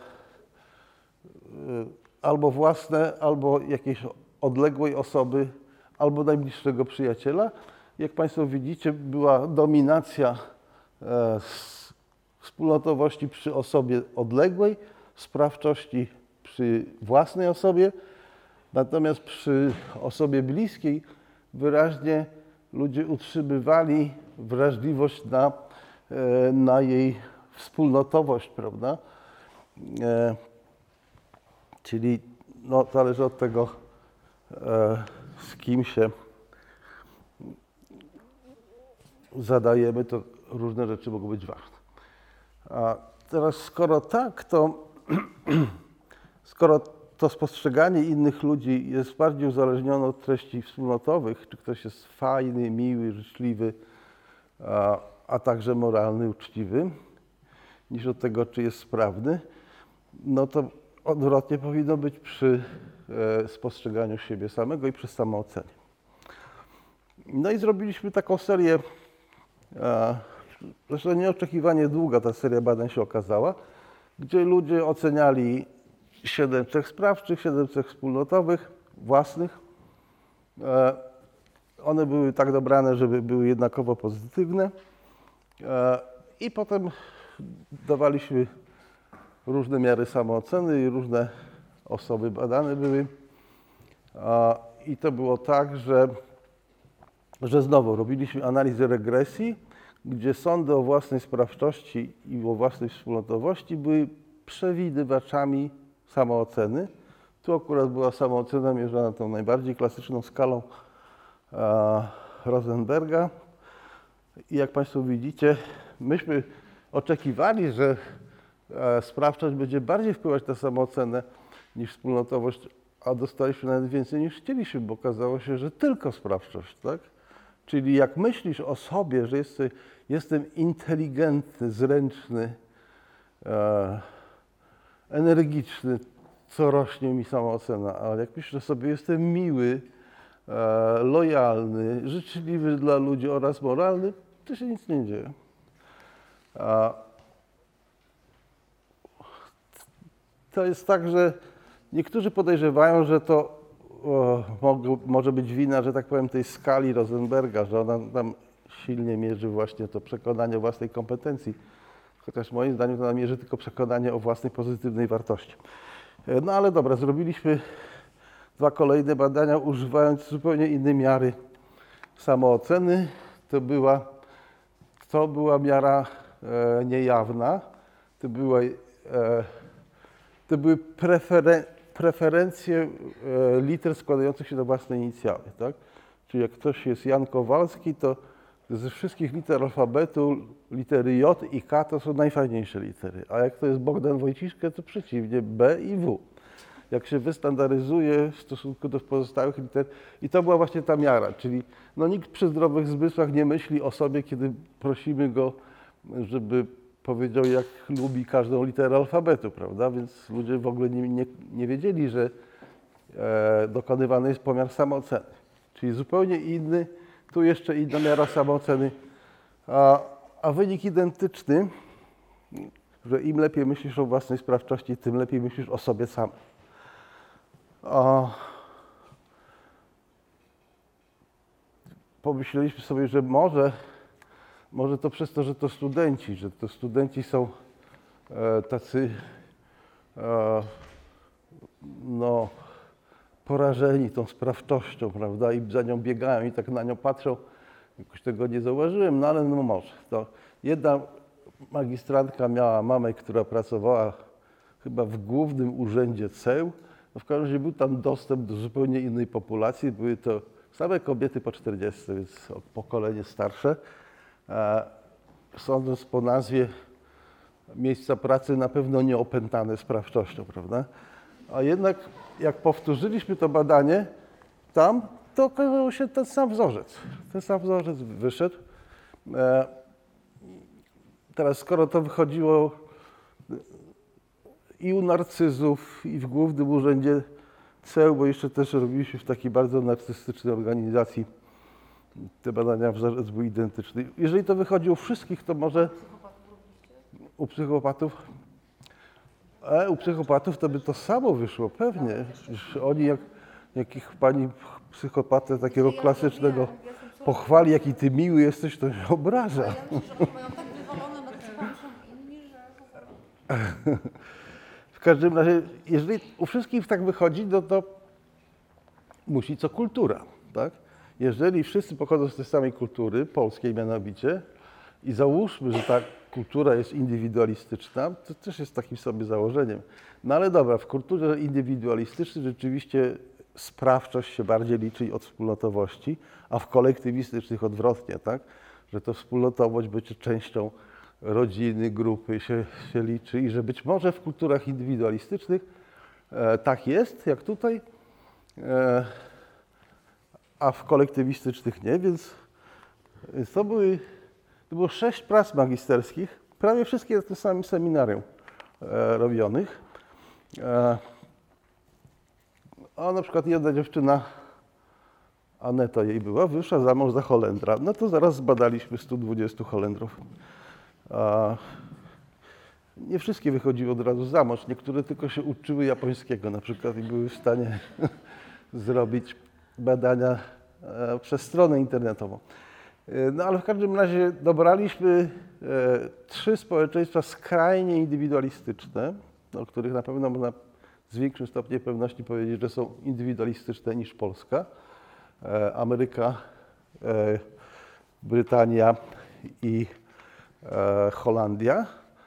albo własne, albo jakiejś odległej osoby, albo najbliższego przyjaciela. Jak Państwo widzicie, była dominacja e, wspólnotowości przy osobie odległej, sprawczości przy własnej osobie. Natomiast przy osobie bliskiej wyraźnie ludzie utrzymywali wrażliwość na, na jej wspólnotowość, prawda? E, czyli no, zależy od tego, e, z kim się zadajemy, to różne rzeczy mogą być ważne. A teraz skoro tak, to skoro to spostrzeganie innych ludzi jest bardziej uzależnione od treści wspólnotowych, czy ktoś jest fajny, miły, życzliwy, a, a także moralny, uczciwy, niż od tego, czy jest sprawny, no to odwrotnie powinno być przy e, spostrzeganiu siebie samego i przy samoocenie. No i zrobiliśmy taką serię, e, zresztą nieoczekiwanie długa ta seria badań się okazała, gdzie ludzie oceniali siedem cech sprawczych, siedem cech wspólnotowych, własnych. E, one były tak dobrane, żeby były jednakowo pozytywne. E, I potem dawaliśmy różne miary samooceny i różne osoby badane były. E, I to było tak, że, że znowu robiliśmy analizę regresji, gdzie sądy o własnej sprawczości i o własnej wspólnotowości były przewidywaczami samooceny. Tu akurat była samoocena mierzona tą najbardziej klasyczną skalą e, Rosenberga. I jak Państwo widzicie, myśmy oczekiwali, że e, sprawczość będzie bardziej wpływać na samoocenę niż wspólnotowość, a dostaliśmy nawet więcej niż chcieliśmy, bo okazało się, że tylko sprawczość, tak? Czyli jak myślisz o sobie, że jesteś, jestem inteligentny, zręczny, e, energiczny, co rośnie mi samoocena, ale jak myślę sobie, jestem miły, e, lojalny, życzliwy dla ludzi oraz moralny, to się nic nie dzieje. A to jest tak, że niektórzy podejrzewają, że to o, mogło, może być wina, że tak powiem, tej skali Rosenberga, że ona tam silnie mierzy właśnie to przekonanie o własnej kompetencji. Chociaż moim zdaniem to mierzy tylko przekonanie o własnej pozytywnej wartości. E, No ale dobra, zrobiliśmy dwa kolejne badania, używając zupełnie innej miary samooceny. To była, to była miara e, niejawna. To, była, e, to były preferen, preferencje e, liter składających się na własne inicjały. Tak? Czyli jak ktoś jest Jan Kowalski, to ze wszystkich liter alfabetu litery J i K to są najfajniejsze litery. A jak to jest Bogdan Wojciszka, to przeciwnie, B i W. Jak się wystandaryzuje w stosunku do pozostałych liter. I to była właśnie ta miara, czyli no, nikt przy zdrowych zmysłach nie myśli o sobie, kiedy prosimy go, żeby powiedział, jak lubi każdą literę alfabetu, prawda? Więc ludzie w ogóle nie, nie, nie wiedzieli, że e, dokonywany jest pomiar samooceny. Czyli zupełnie inny, tu jeszcze inna miara samooceny, a, a wynik identyczny, że im lepiej myślisz o własnej sprawczości, tym lepiej myślisz o sobie samym. A pomyśleliśmy sobie, że może, może to przez to, że to studenci, że to studenci są e, tacy e, no, porażeni tą sprawczością, prawda, i za nią biegają i tak na nią patrzą. Jakoś tego nie zauważyłem, no ale no może. To jedna magistrantka miała mamę, która pracowała chyba w Głównym Urzędzie Ceł. No w każdym razie był tam dostęp do zupełnie innej populacji. Były to same kobiety po czterdziestce, więc o pokolenie starsze. E, sądząc po nazwie miejsca pracy, na pewno nie opętane sprawczością, prawda? A jednak jak powtórzyliśmy to badanie tam, to okazał się ten sam wzorzec. Ten sam wzorzec wyszedł. E, teraz skoro to wychodziło i u narcyzów, i w Głównym Urzędzie Ceł, bo jeszcze też robiliśmy w takiej bardzo narcystycznej organizacji, te badania wzorzec był identyczny. Jeżeli to wychodzi u wszystkich, to może u psychopatów, e, u psychopatów to by to samo wyszło, pewnie. Przecież oni, jak, jak ich pani psychopatę takiego klasycznego pochwali, jaki ty miły jesteś, to się obraża. Ja myślę, że oni mają tak wywalone nad psychopatą inni, że w ogóle... W każdym razie, jeżeli u wszystkich tak wychodzi, no to musi co kultura, tak? Jeżeli wszyscy pochodzą z tej samej kultury, polskiej mianowicie, i załóżmy, że ta kultura jest indywidualistyczna, to też jest takim sobie założeniem. No ale dobra, w kulturze indywidualistycznej rzeczywiście sprawczość się bardziej liczy od wspólnotowości, a w kolektywistycznych odwrotnie, tak? Że to wspólnotowość bycie częścią rodziny, grupy się, się liczy i że być może w kulturach indywidualistycznych e, tak jest, jak tutaj, e, a w kolektywistycznych nie, więc, więc to, były, to było sześć prac magisterskich, prawie wszystkie na tym samym seminarium e, robionych. E, a na przykład jedna dziewczyna, Aneta jej była, wyszła za mąż za Holendra. No to zaraz zbadaliśmy stu dwudziestu Holendrów. A nie wszystkie wychodziły od razu za mąż, niektóre tylko się uczyły japońskiego na przykład i były w stanie zrobić badania e, przez stronę internetową. E, no ale w każdym razie dobraliśmy e, trzy społeczeństwa skrajnie indywidualistyczne, o których na pewno można z większym stopniem pewności powiedzieć, że są indywidualistyczne niż Polska, e, Ameryka, e, Brytania i E, Holandia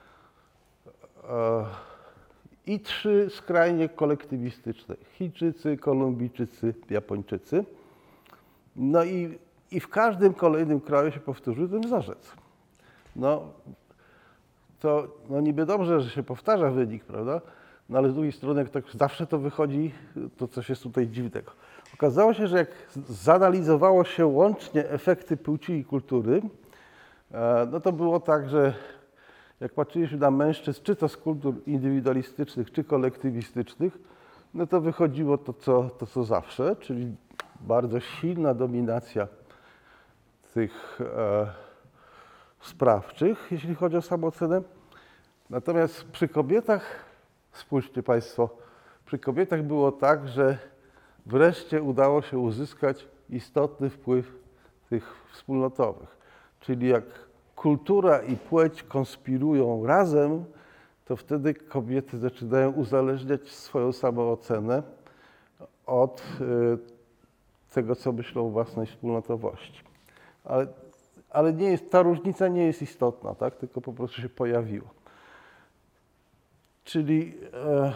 e, i trzy skrajnie kolektywistyczne. Chińczycy, Kolumbijczycy, Japończycy. No i, i w każdym kolejnym kraju się powtórzył ten wzorzec. No to no niby dobrze, że się powtarza wynik, prawda? No ale z drugiej strony, jak tak zawsze to wychodzi, to coś jest tutaj dziwnego. Okazało się, że jak zanalizowało się łącznie efekty płci i kultury, no to było tak, że jak patrzyliśmy na mężczyzn, czy to z kultur indywidualistycznych, czy kolektywistycznych, no to wychodziło to, co, to, co zawsze, czyli bardzo silna dominacja tych e, sprawczych, jeśli chodzi o samoocenę. Natomiast przy kobietach, spójrzcie Państwo, przy kobietach było tak, że wreszcie udało się uzyskać istotny wpływ tych wspólnotowych. Czyli jak kultura i płeć konspirują razem, to wtedy kobiety zaczynają uzależniać swoją samoocenę od y, tego, co myślą o własnej wspólnotowości. Ale, ale nie jest, ta różnica nie jest istotna, tak? Tylko po prostu się pojawiła. Czyli, e,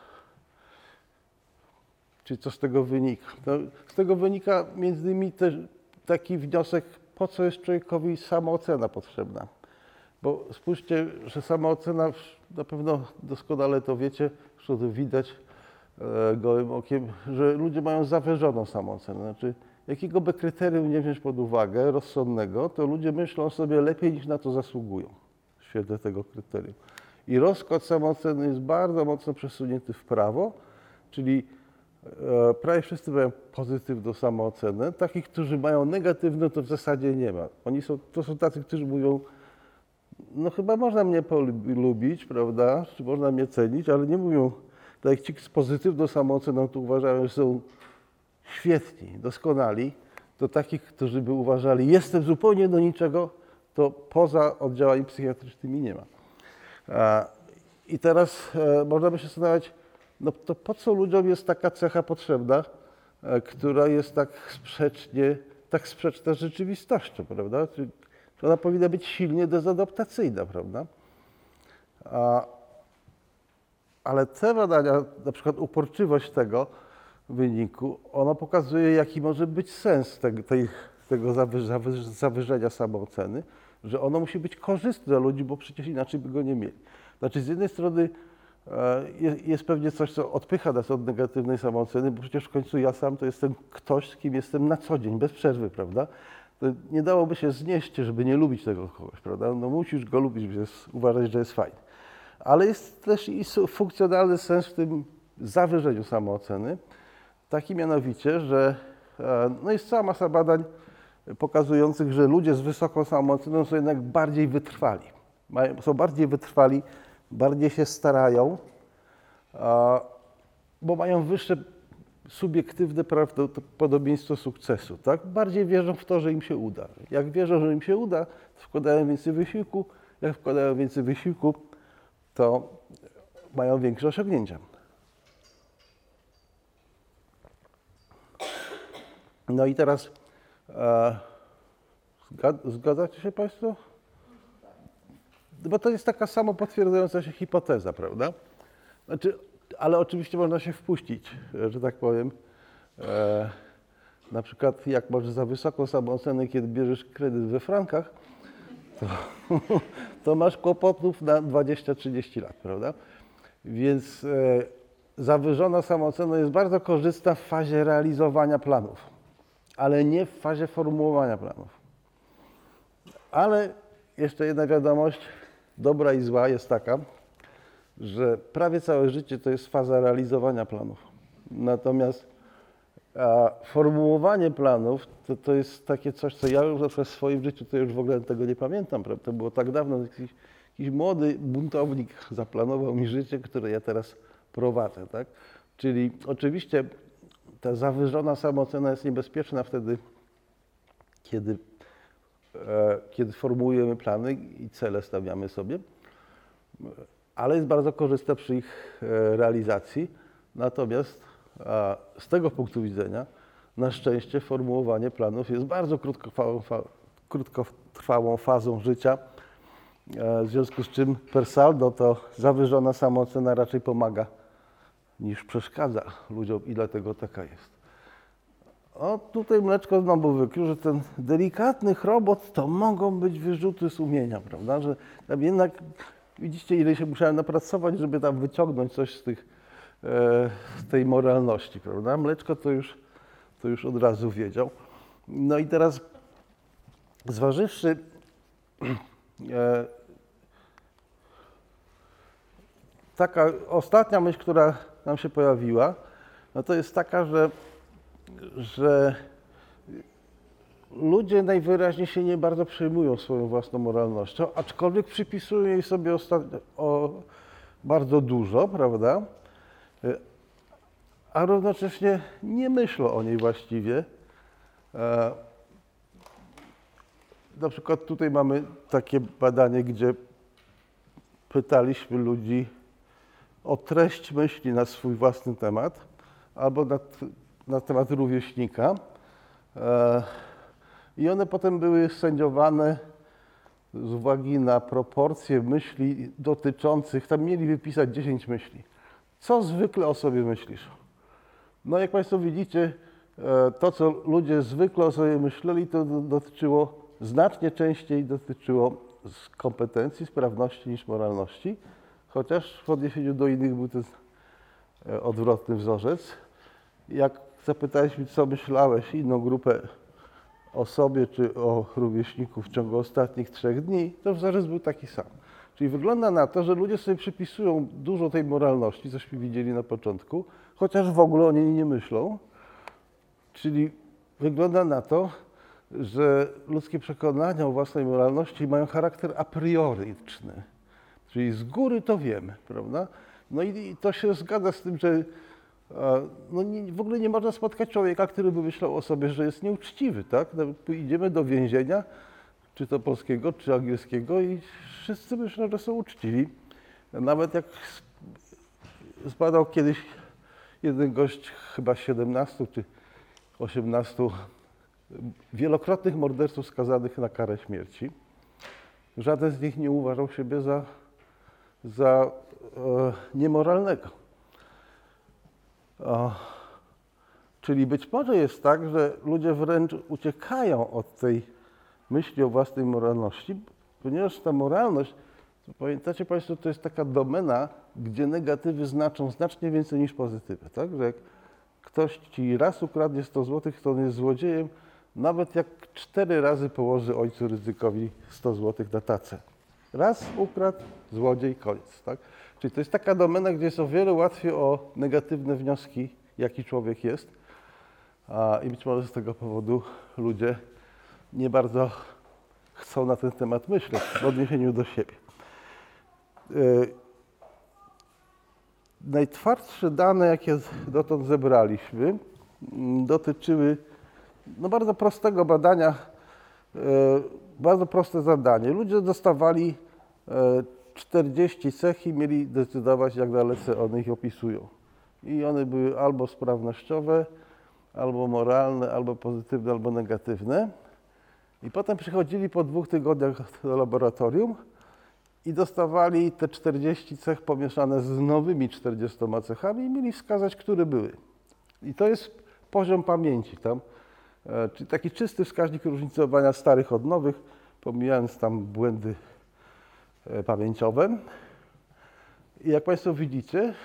czyli co z tego wynika? No, z tego wynika między innymi też taki wniosek, po co jest człowiekowi samoocena potrzebna. Bo spójrzcie, że samoocena, na pewno doskonale to wiecie, że to widać e, gołym okiem, że ludzie mają zawyżoną samoocenę. Znaczy, jakiego by kryterium nie wziąć pod uwagę, rozsądnego, to ludzie myślą sobie lepiej niż na to zasługują w świetle tego kryterium. I rozkład samooceny jest bardzo mocno przesunięty w prawo, czyli e, prawie wszyscy mają pozytywną samoocenę. Takich, którzy mają negatywną, to w zasadzie nie ma. Oni są, to są tacy, którzy mówią, no chyba można mnie polubić, prawda, czy można mnie cenić, ale nie mówią, tak jak ci z pozytywną samooceną to uważają, że są świetni, doskonali, to takich, którzy by uważali, jestem zupełnie do niczego, to poza oddziałami psychiatrycznymi nie ma. I teraz e, można by się zastanawiać, no to po co ludziom jest taka cecha potrzebna, e, która jest tak sprzecznie, tak sprzeczna z rzeczywistością, prawda? Czy, czy ona powinna być silnie dezadaptacyjna, prawda? A, ale te badania, na przykład uporczywość tego wyniku, ona pokazuje, jaki może być sens te, tej, tego zawyż, zawyżenia samooceny, że ono musi być korzystne dla ludzi, bo przecież inaczej by go nie mieli. Znaczy z jednej strony e, jest, jest pewnie coś, co odpycha nas od negatywnej samooceny, bo przecież w końcu ja sam to jestem ktoś, z kim jestem na co dzień, bez przerwy, prawda? To nie dałoby się znieść, żeby nie lubić tego kogoś, prawda? No musisz go lubić, żeby uważać, że jest fajny. Ale jest też i funkcjonalny sens w tym zawyżeniu samooceny, taki mianowicie, że e, no jest cała masa badań pokazujących, że ludzie z wysoką samooceną są jednak bardziej wytrwali. Mają, są bardziej wytrwali, bardziej się starają, a, bo mają wyższe subiektywne prawdopodobieństwo sukcesu. Tak? Bardziej wierzą w to, że im się uda. Jak wierzą, że im się uda, to wkładają więcej wysiłku. Jak wkładają więcej wysiłku, to mają większe osiągnięcia. No i teraz e, zgadzacie się Państwo? Bo to jest taka samo potwierdzająca się hipoteza, prawda? Znaczy, ale oczywiście można się wpuścić, że tak powiem. E, na przykład jak masz za wysoką samoocenę, kiedy bierzesz kredyt we frankach, to, to masz kłopotów na dwadzieścia trzydzieści lat, prawda? Więc e, zawyżona samoocena jest bardzo korzystna w fazie realizowania planów, ale nie w fazie formułowania planów. Ale jeszcze jedna wiadomość, dobra i zła, jest taka, że prawie całe życie to jest faza realizowania planów. Natomiast a, formułowanie planów to, to jest takie coś, co ja już na przykład w swoim życiu to już w ogóle tego nie pamiętam. Prawda? To było tak dawno, jakiś, jakiś młody buntownik zaplanował mi życie, które ja teraz prowadzę. Tak? Czyli oczywiście ta zawyżona samoocena jest niebezpieczna wtedy, kiedy, e, kiedy formułujemy plany i cele stawiamy sobie, ale jest bardzo korzystna przy ich e, realizacji. Natomiast a, z tego punktu widzenia, na szczęście formułowanie planów jest bardzo krótkotrwałą, fa, krótkotrwałą fazą życia, e, w związku z czym per saldo to zawyżona samoocena raczej pomaga niż przeszkadza ludziom i dlatego taka jest. O, tutaj Mleczko znowu wykrył, że ten delikatny chrobot to mogą być wyrzuty sumienia, prawda? Że tam jednak, widzicie, ile się musiałem napracować, żeby tam wyciągnąć coś z, tych, e, z tej moralności, prawda? Mleczko to już, to już od razu wiedział. No i teraz, zważywszy e, taka ostatnia myśl, która nam się pojawiła, no to jest taka, że, że ludzie najwyraźniej się nie bardzo przejmują swoją własną moralnością, aczkolwiek przypisują jej sobie ostatnio, o, bardzo dużo, prawda? a równocześnie nie myślą o niej właściwie. E, na przykład tutaj mamy takie badanie, gdzie pytaliśmy ludzi o treść myśli na swój własny temat albo na, na temat rówieśnika. E, I one potem były sędziowane z uwagi na proporcje myśli dotyczących, tam mieli wypisać dziesięć myśli. Co zwykle o sobie myślisz? No jak Państwo widzicie, to co ludzie zwykle o sobie myśleli, to dotyczyło, znacznie częściej dotyczyło kompetencji, sprawności niż moralności, chociaż w odniesieniu do innych był to odwrotny wzorzec. Jak zapytaliśmy, co myślałeś, inną grupę o sobie czy o rówieśniku w ciągu ostatnich trzech dni, to wzorzec był taki sam. Czyli wygląda na to, że ludzie sobie przypisują dużo tej moralności, cośmy widzieli na początku, chociaż w ogóle o niej nie myślą. Czyli wygląda na to, że ludzkie przekonania o własnej moralności mają charakter a prioryczny. Czyli z góry to wiemy, prawda? No i to się zgadza z tym, że no nie, w ogóle nie można spotkać człowieka, który by myślał o sobie, że jest nieuczciwy, tak? Nawet idziemy do więzienia, czy to polskiego, czy angielskiego i wszyscy myślą, że są uczciwi. Nawet jak zbadał kiedyś jeden gość, chyba siedemnastu czy osiemnastu wielokrotnych morderców skazanych na karę śmierci, żaden z nich nie uważał siebie za, za e, niemoralnego. O, czyli być może jest tak, że ludzie wręcz uciekają od tej myśli o własnej moralności, ponieważ ta moralność, to pamiętacie Państwo, to jest taka domena, gdzie negatywy znaczą znacznie więcej niż pozytywy. Tak? Że jak ktoś ci raz ukradnie sto złotych, to on jest złodziejem, nawet jak cztery razy położy ojcu Rydzykowi sto złotych na tacę. Raz ukradł, złodziej, koniec. Tak? Czyli to jest taka domena, gdzie jest o wiele łatwiej o negatywne wnioski, jaki człowiek jest. A, I być może z tego powodu ludzie nie bardzo chcą na ten temat myśleć w odniesieniu do siebie. Yy, najtwardsze dane, jakie dotąd zebraliśmy, dotyczyły no, bardzo prostego badania, yy, bardzo proste zadanie. Ludzie dostawali yy, czterdzieści cech i mieli decydować, jak dalece one ich opisują. I one były albo sprawnościowe, albo moralne, albo pozytywne, albo negatywne. I potem przychodzili po dwóch tygodniach do laboratorium i dostawali te czterdzieści cech pomieszane z nowymi czterdziestoma cechami i mieli wskazać, które były. I to jest poziom pamięci tam, e, czyli taki czysty wskaźnik różnicowania starych od nowych, pomijając tam błędy e, pamięciowe. I jak Państwo widzicie,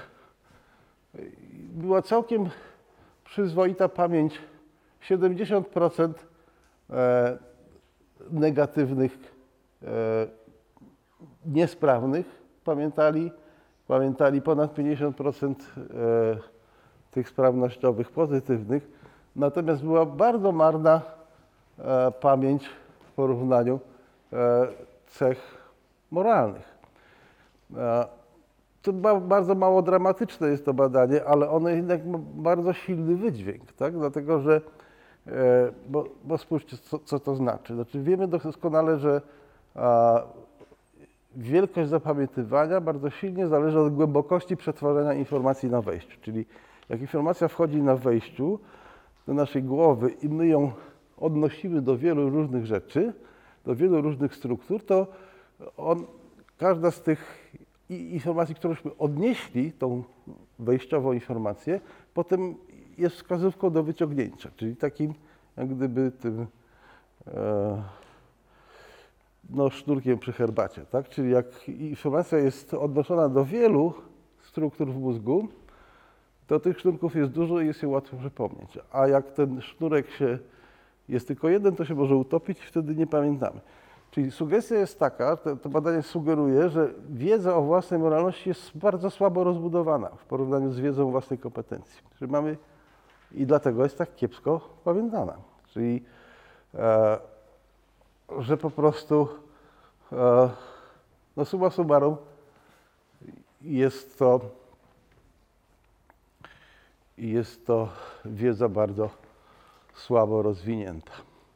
była całkiem przyzwoita pamięć, siedemdziesiąt procent e, negatywnych, e, niesprawnych pamiętali, pamiętali ponad pięćdziesiąt procent e, tych sprawnościowych pozytywnych, natomiast była bardzo marna e, pamięć w porównaniu e, cech moralnych. E, to ba, bardzo mało dramatyczne jest to badanie, ale ono jednak ma bardzo silny wydźwięk, tak? Dlatego że Bo, bo spójrzcie, co, co to znaczy. Znaczy wiemy doskonale, że a, wielkość zapamiętywania bardzo silnie zależy od głębokości przetwarzania informacji na wejściu. Czyli jak informacja wchodzi na wejściu do naszej głowy i my ją odnosimy do wielu różnych rzeczy, do wielu różnych struktur, to on, każda z tych informacji, któreśmy odnieśli, tą wejściową informację, potem jest wskazówką do wyciągnięcia, czyli takim jak gdyby tym e, no, sznurkiem przy herbacie, tak? Czyli jak informacja jest odnoszona do wielu struktur w mózgu, to tych sznurków jest dużo i jest je łatwo przypomnieć. A jak ten sznurek się jest tylko jeden, to się może utopić i wtedy nie pamiętamy. Czyli sugestia jest taka, to, to badanie sugeruje, że wiedza o własnej moralności jest bardzo słabo rozbudowana w porównaniu z wiedzą o własnej kompetencji. Czyli mamy i dlatego jest tak kiepsko pamiętana. Czyli, e, że po prostu, e, no summa summarum, jest to, i jest to wiedza bardzo słabo rozwinięta.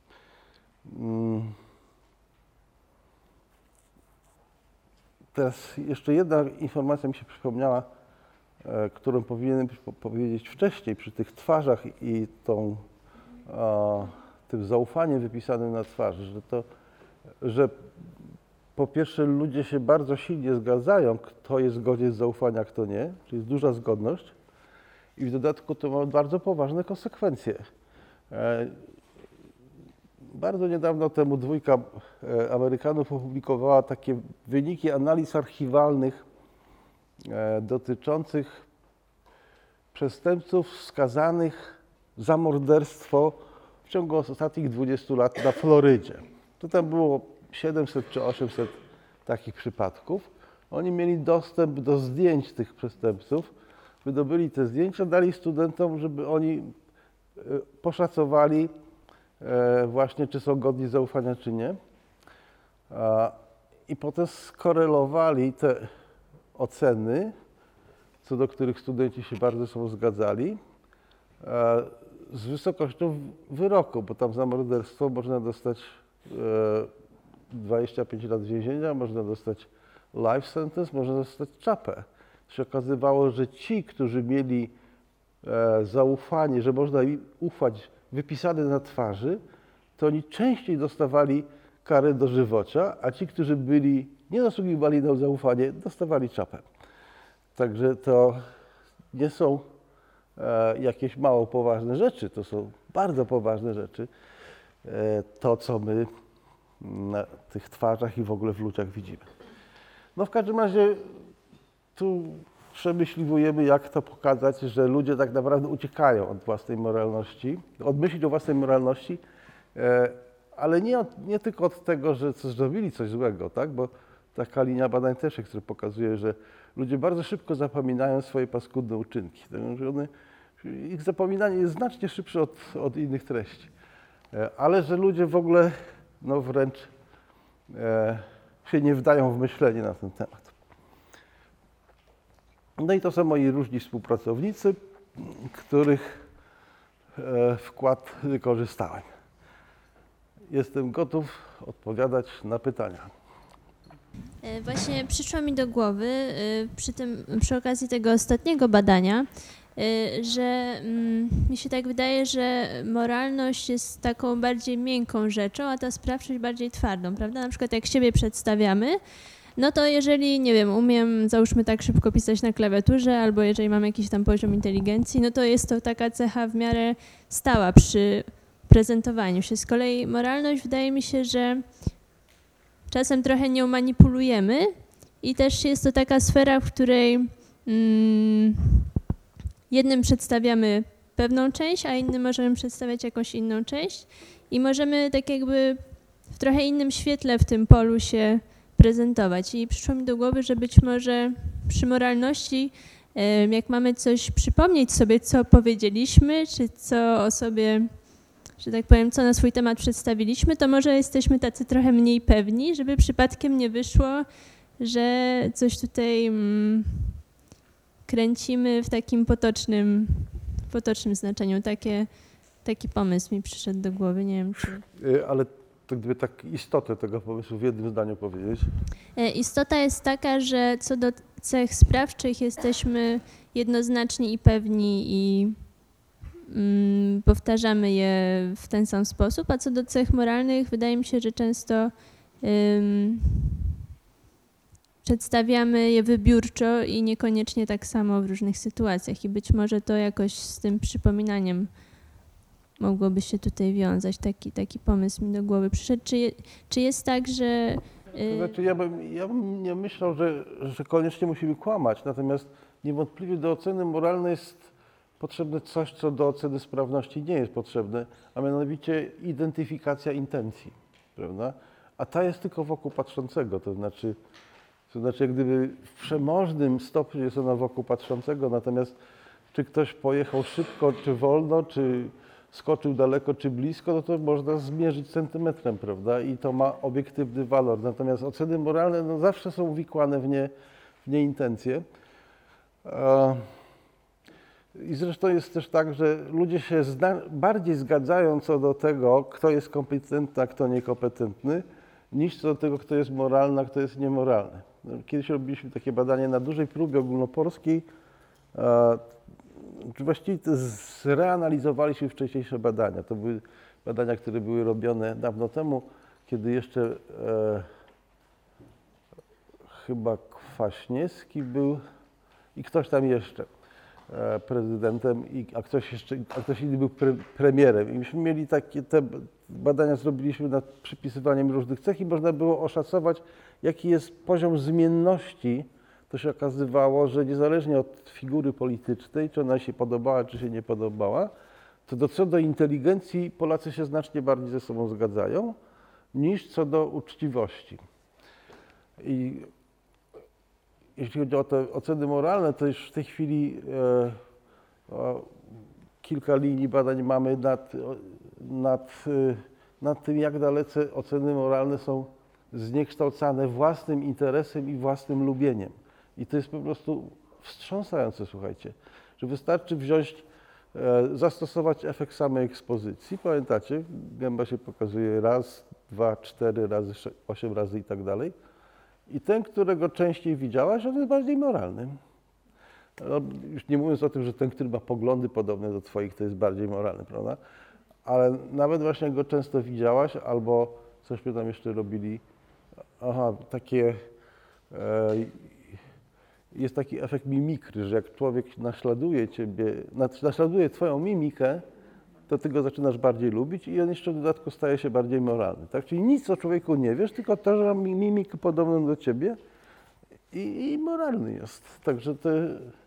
Teraz jeszcze jedna informacja mi się przypomniała, którą powinienem powiedzieć wcześniej przy tych twarzach i tą, o, tym zaufaniem wypisanym na twarzy, że to, że po pierwsze ludzie się bardzo silnie zgadzają, kto jest godzien zaufania, kto nie, czyli jest duża zgodność i w dodatku to ma bardzo poważne konsekwencje. Bardzo niedawno temu dwójka Amerykanów opublikowała takie wyniki analiz archiwalnych dotyczących przestępców skazanych za morderstwo w ciągu ostatnich dwudziestu lat na Florydzie. To tam było siedemset czy osiemset takich przypadków. Oni mieli dostęp do zdjęć tych przestępców, wydobyli te zdjęcia, dali studentom, żeby oni poszacowali właśnie, czy są godni zaufania, czy nie. I potem skorelowali te oceny, co do których studenci się bardzo są zgadzali, z wysokością wyroku, bo tam za morderstwo można dostać dwadzieścia pięć lat więzienia, można dostać life sentence, można dostać czapę. Się okazywało, że ci, którzy mieli zaufanie, że można im ufać, wypisane na twarzy, to oni częściej dostawali karę dożywocia, a ci, którzy byli, nie zasługiwali na zaufanie, dostawali czapę. Także to nie są e, jakieś mało poważne rzeczy, to są bardzo poważne rzeczy. E, to, co my na tych twarzach i w ogóle w ludziach widzimy. No w każdym razie tu przemyśliwujemy, jak to pokazać, że ludzie tak naprawdę uciekają od własnej moralności, od myśli o własnej moralności, e, ale nie, od, nie tylko od tego, że coś zrobili coś złego, tak? Bo taka linia badań też jest, która pokazuje, że ludzie bardzo szybko zapominają swoje paskudne uczynki. Że one, ich zapominanie jest znacznie szybsze od, od innych treści. E, ale że ludzie w ogóle no wręcz e, się nie wdają w myślenie na ten temat. No i to są moi różni współpracownicy, których e, wkład wykorzystałem. Jestem gotów odpowiadać na pytania. Właśnie przyszło mi do głowy przy, tym, przy okazji tego ostatniego badania, że mi się tak wydaje, że moralność jest taką bardziej miękką rzeczą, a ta sprawczość bardziej twardą, prawda? Na przykład jak siebie przedstawiamy, no to jeżeli, nie wiem, umiem, załóżmy tak szybko pisać na klawiaturze, albo jeżeli mam jakiś tam poziom inteligencji, no to jest to taka cecha w miarę stała przy prezentowaniu się. Z kolei moralność wydaje mi się, że czasem trochę nią manipulujemy i też jest to taka sfera, w której mm, jednym przedstawiamy pewną część, a innym możemy przedstawiać jakąś inną część i możemy tak jakby w trochę innym świetle w tym polu się prezentować. I przyszło mi do głowy, że być może przy moralności, jak mamy coś przypomnieć sobie, co powiedzieliśmy, czy co o sobie, że tak powiem, co na swój temat przedstawiliśmy, to może jesteśmy tacy trochę mniej pewni, żeby przypadkiem nie wyszło, że coś tutaj mm, kręcimy w takim potocznym, potocznym znaczeniu. Takie, taki pomysł mi przyszedł do głowy, nie wiem czy... Ale to gdyby tak istotę tego pomysłu w jednym zdaniu powiedzieć. Istota jest taka, że co do cech sprawczych jesteśmy jednoznaczni i pewni i mm, powtarzamy je w ten sam sposób, a co do cech moralnych wydaje mi się, że często ym, przedstawiamy je wybiórczo i niekoniecznie tak samo w różnych sytuacjach i być może to jakoś z tym przypominaniem mogłoby się tutaj wiązać. Taki, taki pomysł mi do głowy przyszedł. Czy, je, czy jest tak, że... To znaczy ja bym, ja bym nie myślał, że, że koniecznie musimy kłamać, natomiast niewątpliwie do oceny moralnej jest potrzebne coś, co do oceny sprawności nie jest potrzebne, a mianowicie identyfikacja intencji, prawda? A ta jest tylko wokół patrzącego, to znaczy, to znaczy jak gdyby w przemożnym stopniu jest ona wokół patrzącego, natomiast czy ktoś pojechał szybko, czy wolno, czy skoczył daleko, czy blisko, no to można zmierzyć centymetrem, prawda? I to ma obiektywny walor. Natomiast oceny moralne no, zawsze są uwikłane w nie, w nie intencje. I zresztą jest też tak, że ludzie się zna, bardziej zgadzają co do tego, kto jest kompetentny, a kto niekompetentny, niż co do tego, kto jest moralny, a kto jest niemoralny. Kiedyś robiliśmy takie badanie na dużej próbie ogólnopolskiej. E, właściwie zreanalizowaliśmy wcześniejsze badania. To były badania, które były robione dawno temu, kiedy jeszcze e, chyba Kwaśniewski był i ktoś tam jeszcze e, prezydentem, i, a, ktoś jeszcze, a ktoś inny był pre, premierem. I myśmy mieli takie, te badania zrobiliśmy nad przypisywaniem różnych cech i można było oszacować, jaki jest poziom zmienności. To się okazywało, że niezależnie od figury politycznej, czy ona się podobała, czy się nie podobała, to do, co do inteligencji Polacy się znacznie bardziej ze sobą zgadzają, niż co do uczciwości. I jeśli chodzi o te oceny moralne, to już w tej chwili e, o, kilka linii badań mamy nad, nad, nad tym, jak dalece oceny moralne są zniekształcane własnym interesem i własnym lubieniem. I to jest po prostu wstrząsające, słuchajcie, że wystarczy wziąć, e, zastosować efekt samej ekspozycji. Pamiętacie, gęba się pokazuje raz, dwa, cztery razy, osiem razy i tak dalej. I ten, którego częściej widziałaś, on jest bardziej moralny. No, już nie mówiąc o tym, że ten, który ma poglądy podobne do twoich, to jest bardziej moralny, prawda? Ale nawet właśnie jak go często widziałaś, albo cośmy tam jeszcze robili, aha, takie, e, jest taki efekt mimikry, że jak człowiek naśladuje ciebie, naśladuje twoją mimikę, to ty go zaczynasz bardziej lubić i on jeszcze w dodatku staje się bardziej moralny. Tak? Czyli nic o człowieku nie wiesz, tylko to, że ma mimikę podobną do ciebie i, i moralny jest. Także te,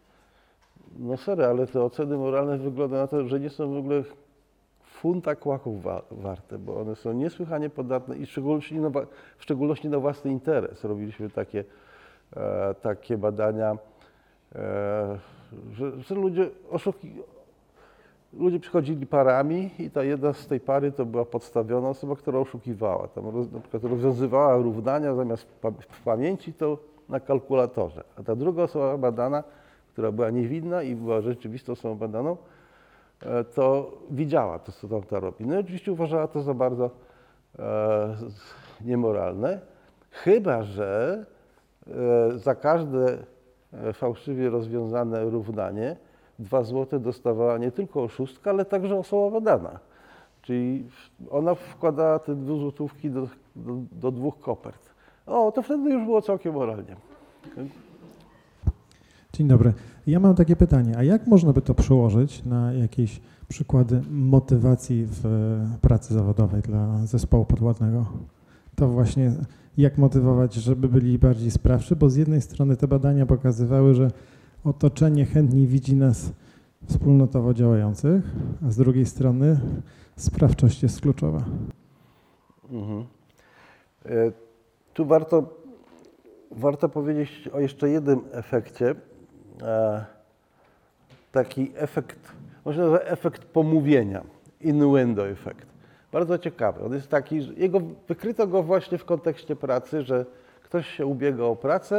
no sorry, ale te oceny moralne wygląda na to, że nie są w ogóle funta kłaków wa warte, bo one są niesłychanie podatne i w szczególności na, w szczególności na własny interes. Robiliśmy takie, e, takie badania, e, że, że ludzie oszuki, Ludzie przychodzili parami i ta jedna z tej pary to była podstawiona osoba, która oszukiwała. Tam roz, na przykład rozwiązywała równania zamiast pa, w pamięci to na kalkulatorze. A ta druga osoba badana, która była niewinna i była rzeczywistą osobą badaną, to widziała to, co tamta robi. No i oczywiście uważała to za bardzo e, niemoralne, chyba że e, za każde fałszywie rozwiązane równanie dwa złote dostawała nie tylko oszustka, ale także osoba badana. Czyli ona wkładała te dwuzłotówki do, do, do dwóch kopert. O, to wtedy już było całkiem moralnie. Dzień dobry. Ja mam takie pytanie, a jak można by to przełożyć na jakieś przykłady motywacji w pracy zawodowej dla zespołu podwładnego? To właśnie jak motywować, żeby byli bardziej sprawczy, bo z jednej strony te badania pokazywały, że otoczenie chętniej widzi nas wspólnotowo działających, a z drugiej strony sprawczość jest kluczowa. Mhm. E, tu warto, warto powiedzieć o jeszcze jednym efekcie. E, taki efekt, można nazwać efekt pomówienia, innuendo efekt. Bardzo ciekawy. On jest taki, że jego, wykryto go właśnie w kontekście pracy, że ktoś się ubiega o pracę,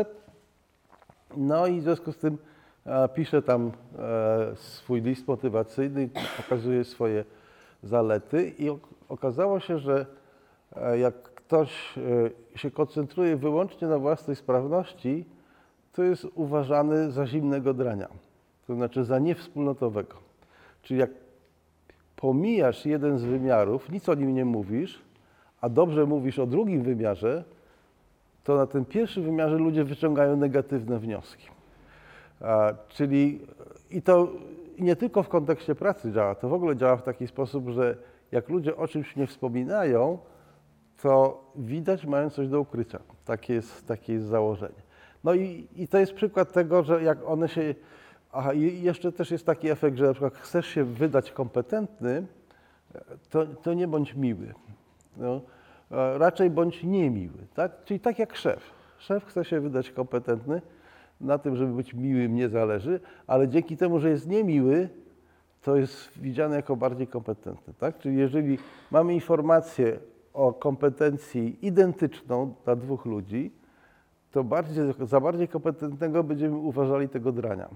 no i w związku z tym e, pisze tam e, swój list motywacyjny, pokazuje swoje zalety i ok okazało się, że e, jak ktoś e, się koncentruje wyłącznie na własnej sprawności, to jest uważany za zimnego drania, to znaczy za niewspólnotowego. Czyli jak pomijasz jeden z wymiarów, nic o nim nie mówisz, a dobrze mówisz o drugim wymiarze, to na tym pierwszym wymiarze ludzie wyciągają negatywne wnioski. A, czyli i to nie tylko w kontekście pracy działa, to w ogóle działa w taki sposób, że jak ludzie o czymś nie wspominają, to widać mają coś do ukrycia. Takie jest, takie jest założenie. No i, i to jest przykład tego, że jak one się... Aha, i jeszcze też jest taki efekt, że na przykład chcesz się wydać kompetentny, to, to nie bądź miły. No, raczej bądź niemiły, tak? Czyli tak jak szef. Szef chce się wydać kompetentny, na tym, żeby być miłym nie zależy, ale dzięki temu, że jest niemiły, to jest widziany jako bardziej kompetentny, tak? Czyli jeżeli mamy informację o kompetencji identyczną dla dwóch ludzi, to bardziej, za bardziej kompetentnego będziemy uważali tego drania,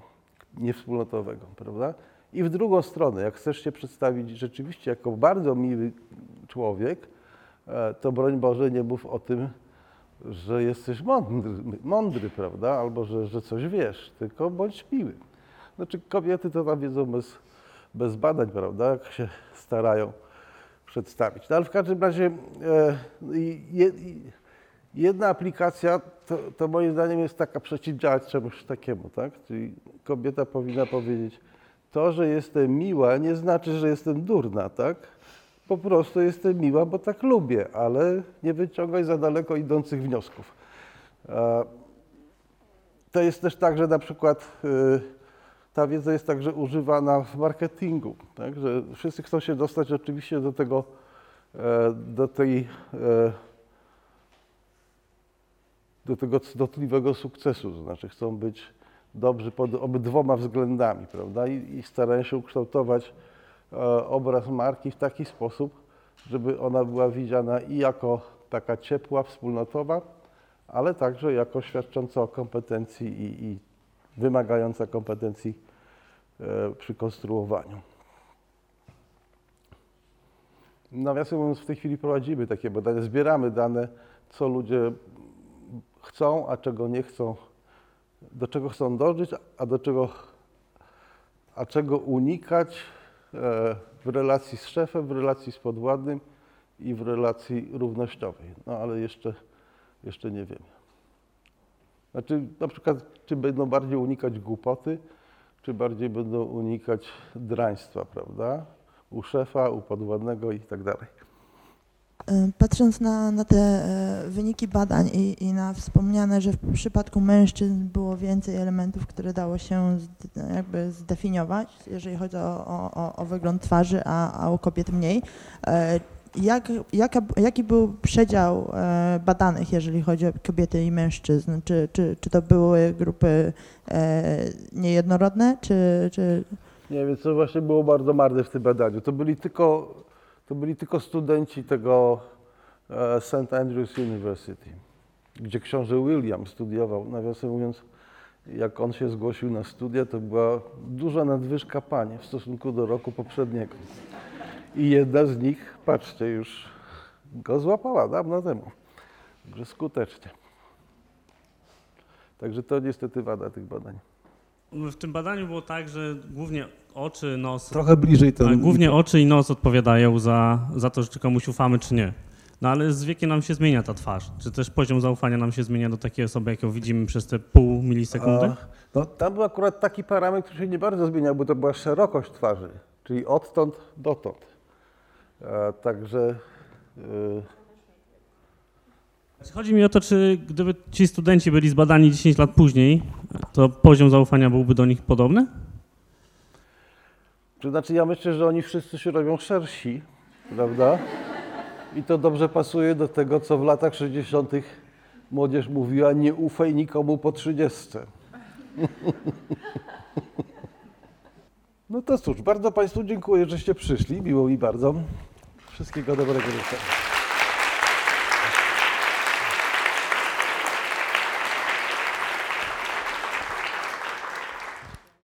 niewspólnotowego, prawda? I w drugą stronę, jak chcesz się przedstawić rzeczywiście jako bardzo miły człowiek, e, to broń Boże nie mów o tym, że jesteś mądry, mądry, prawda? Albo że, że coś wiesz, tylko bądź miły. Znaczy kobiety to tam wiedzą bez, bez badań, prawda? Jak się starają przedstawić. No ale w każdym razie e, je, jedna aplikacja to, to moim zdaniem jest taka przeciwdziałać czemuś takiemu, tak? Czyli kobieta powinna powiedzieć, to, że jestem miła, nie znaczy, że jestem durna, tak? Po prostu jestem miła, bo tak lubię, ale nie wyciągaj za daleko idących wniosków. E, to jest też tak, że na przykład e, ta wiedza jest także używana w marketingu, tak? Że wszyscy chcą się dostać oczywiście do tego, e, do tej, e, do tego cnotliwego sukcesu, to znaczy chcą być dobrzy pod obydwoma względami, prawda? I, i starają się ukształtować e, obraz marki w taki sposób, żeby ona była widziana i jako taka ciepła, wspólnotowa, ale także jako świadcząca o kompetencji i, i wymagająca kompetencji e, przy konstruowaniu. Nawiasem mówiąc, w tej chwili prowadzimy takie badania, zbieramy dane, co ludzie chcą, a czego nie chcą, do czego chcą dążyć, a do czego, a czego unikać e, w relacji z szefem, w relacji z podwładnym i w relacji równościowej. No ale jeszcze, jeszcze nie wiemy. Znaczy, na przykład, czy będą bardziej unikać głupoty, czy bardziej będą unikać draństwa, prawda? U szefa, u podwładnego i tak dalej. Patrząc na, na te e, wyniki badań i, i na wspomniane, że w przypadku mężczyzn było więcej elementów, które dało się z, jakby zdefiniować, jeżeli chodzi o, o, o wygląd twarzy, a, a u kobiet mniej. E, jak, jaka, jaki był przedział e, badanych, jeżeli chodzi o kobiety i mężczyzn? Czy, czy, czy to były grupy e, niejednorodne, czy, czy... Nie wiem, co właśnie było bardzo marne w tym badaniu. To byli tylko, to byli tylko studenci tego e, Saint Andrews University, gdzie książę William studiował. Nawiasem mówiąc, jak on się zgłosił na studia, to była duża nadwyżka pań w stosunku do roku poprzedniego. I jedna z nich, patrzcie, już go złapała dawno temu. Także skutecznie. Także to niestety wada tych badań. W tym badaniu było tak, że głównie oczy, nos. Trochę bliżej ten. Tak, głównie oczy i nos odpowiadają za, za to, czy komuś ufamy, czy nie. No ale z wiekiem nam się zmienia ta twarz. Czy też poziom zaufania nam się zmienia do takiej osoby, jaką widzimy przez te pół milisekundy? A, no, tam był akurat taki parametr, który się nie bardzo zmieniał, bo to była szerokość twarzy, czyli odtąd dotąd. A, także... Yy... Chodzi mi o to, czy gdyby ci studenci byli zbadani dziesięć lat później, to poziom zaufania byłby do nich podobny? To znaczy, ja myślę, że oni wszyscy się robią szersi, prawda? I to dobrze pasuje do tego, co w latach sześćdziesiątych młodzież mówiła, nie ufaj nikomu po trzydziestce. No to cóż, bardzo Państwu dziękuję, żeście przyszli, miło mi bardzo. Wszystkiego dobrego życzę.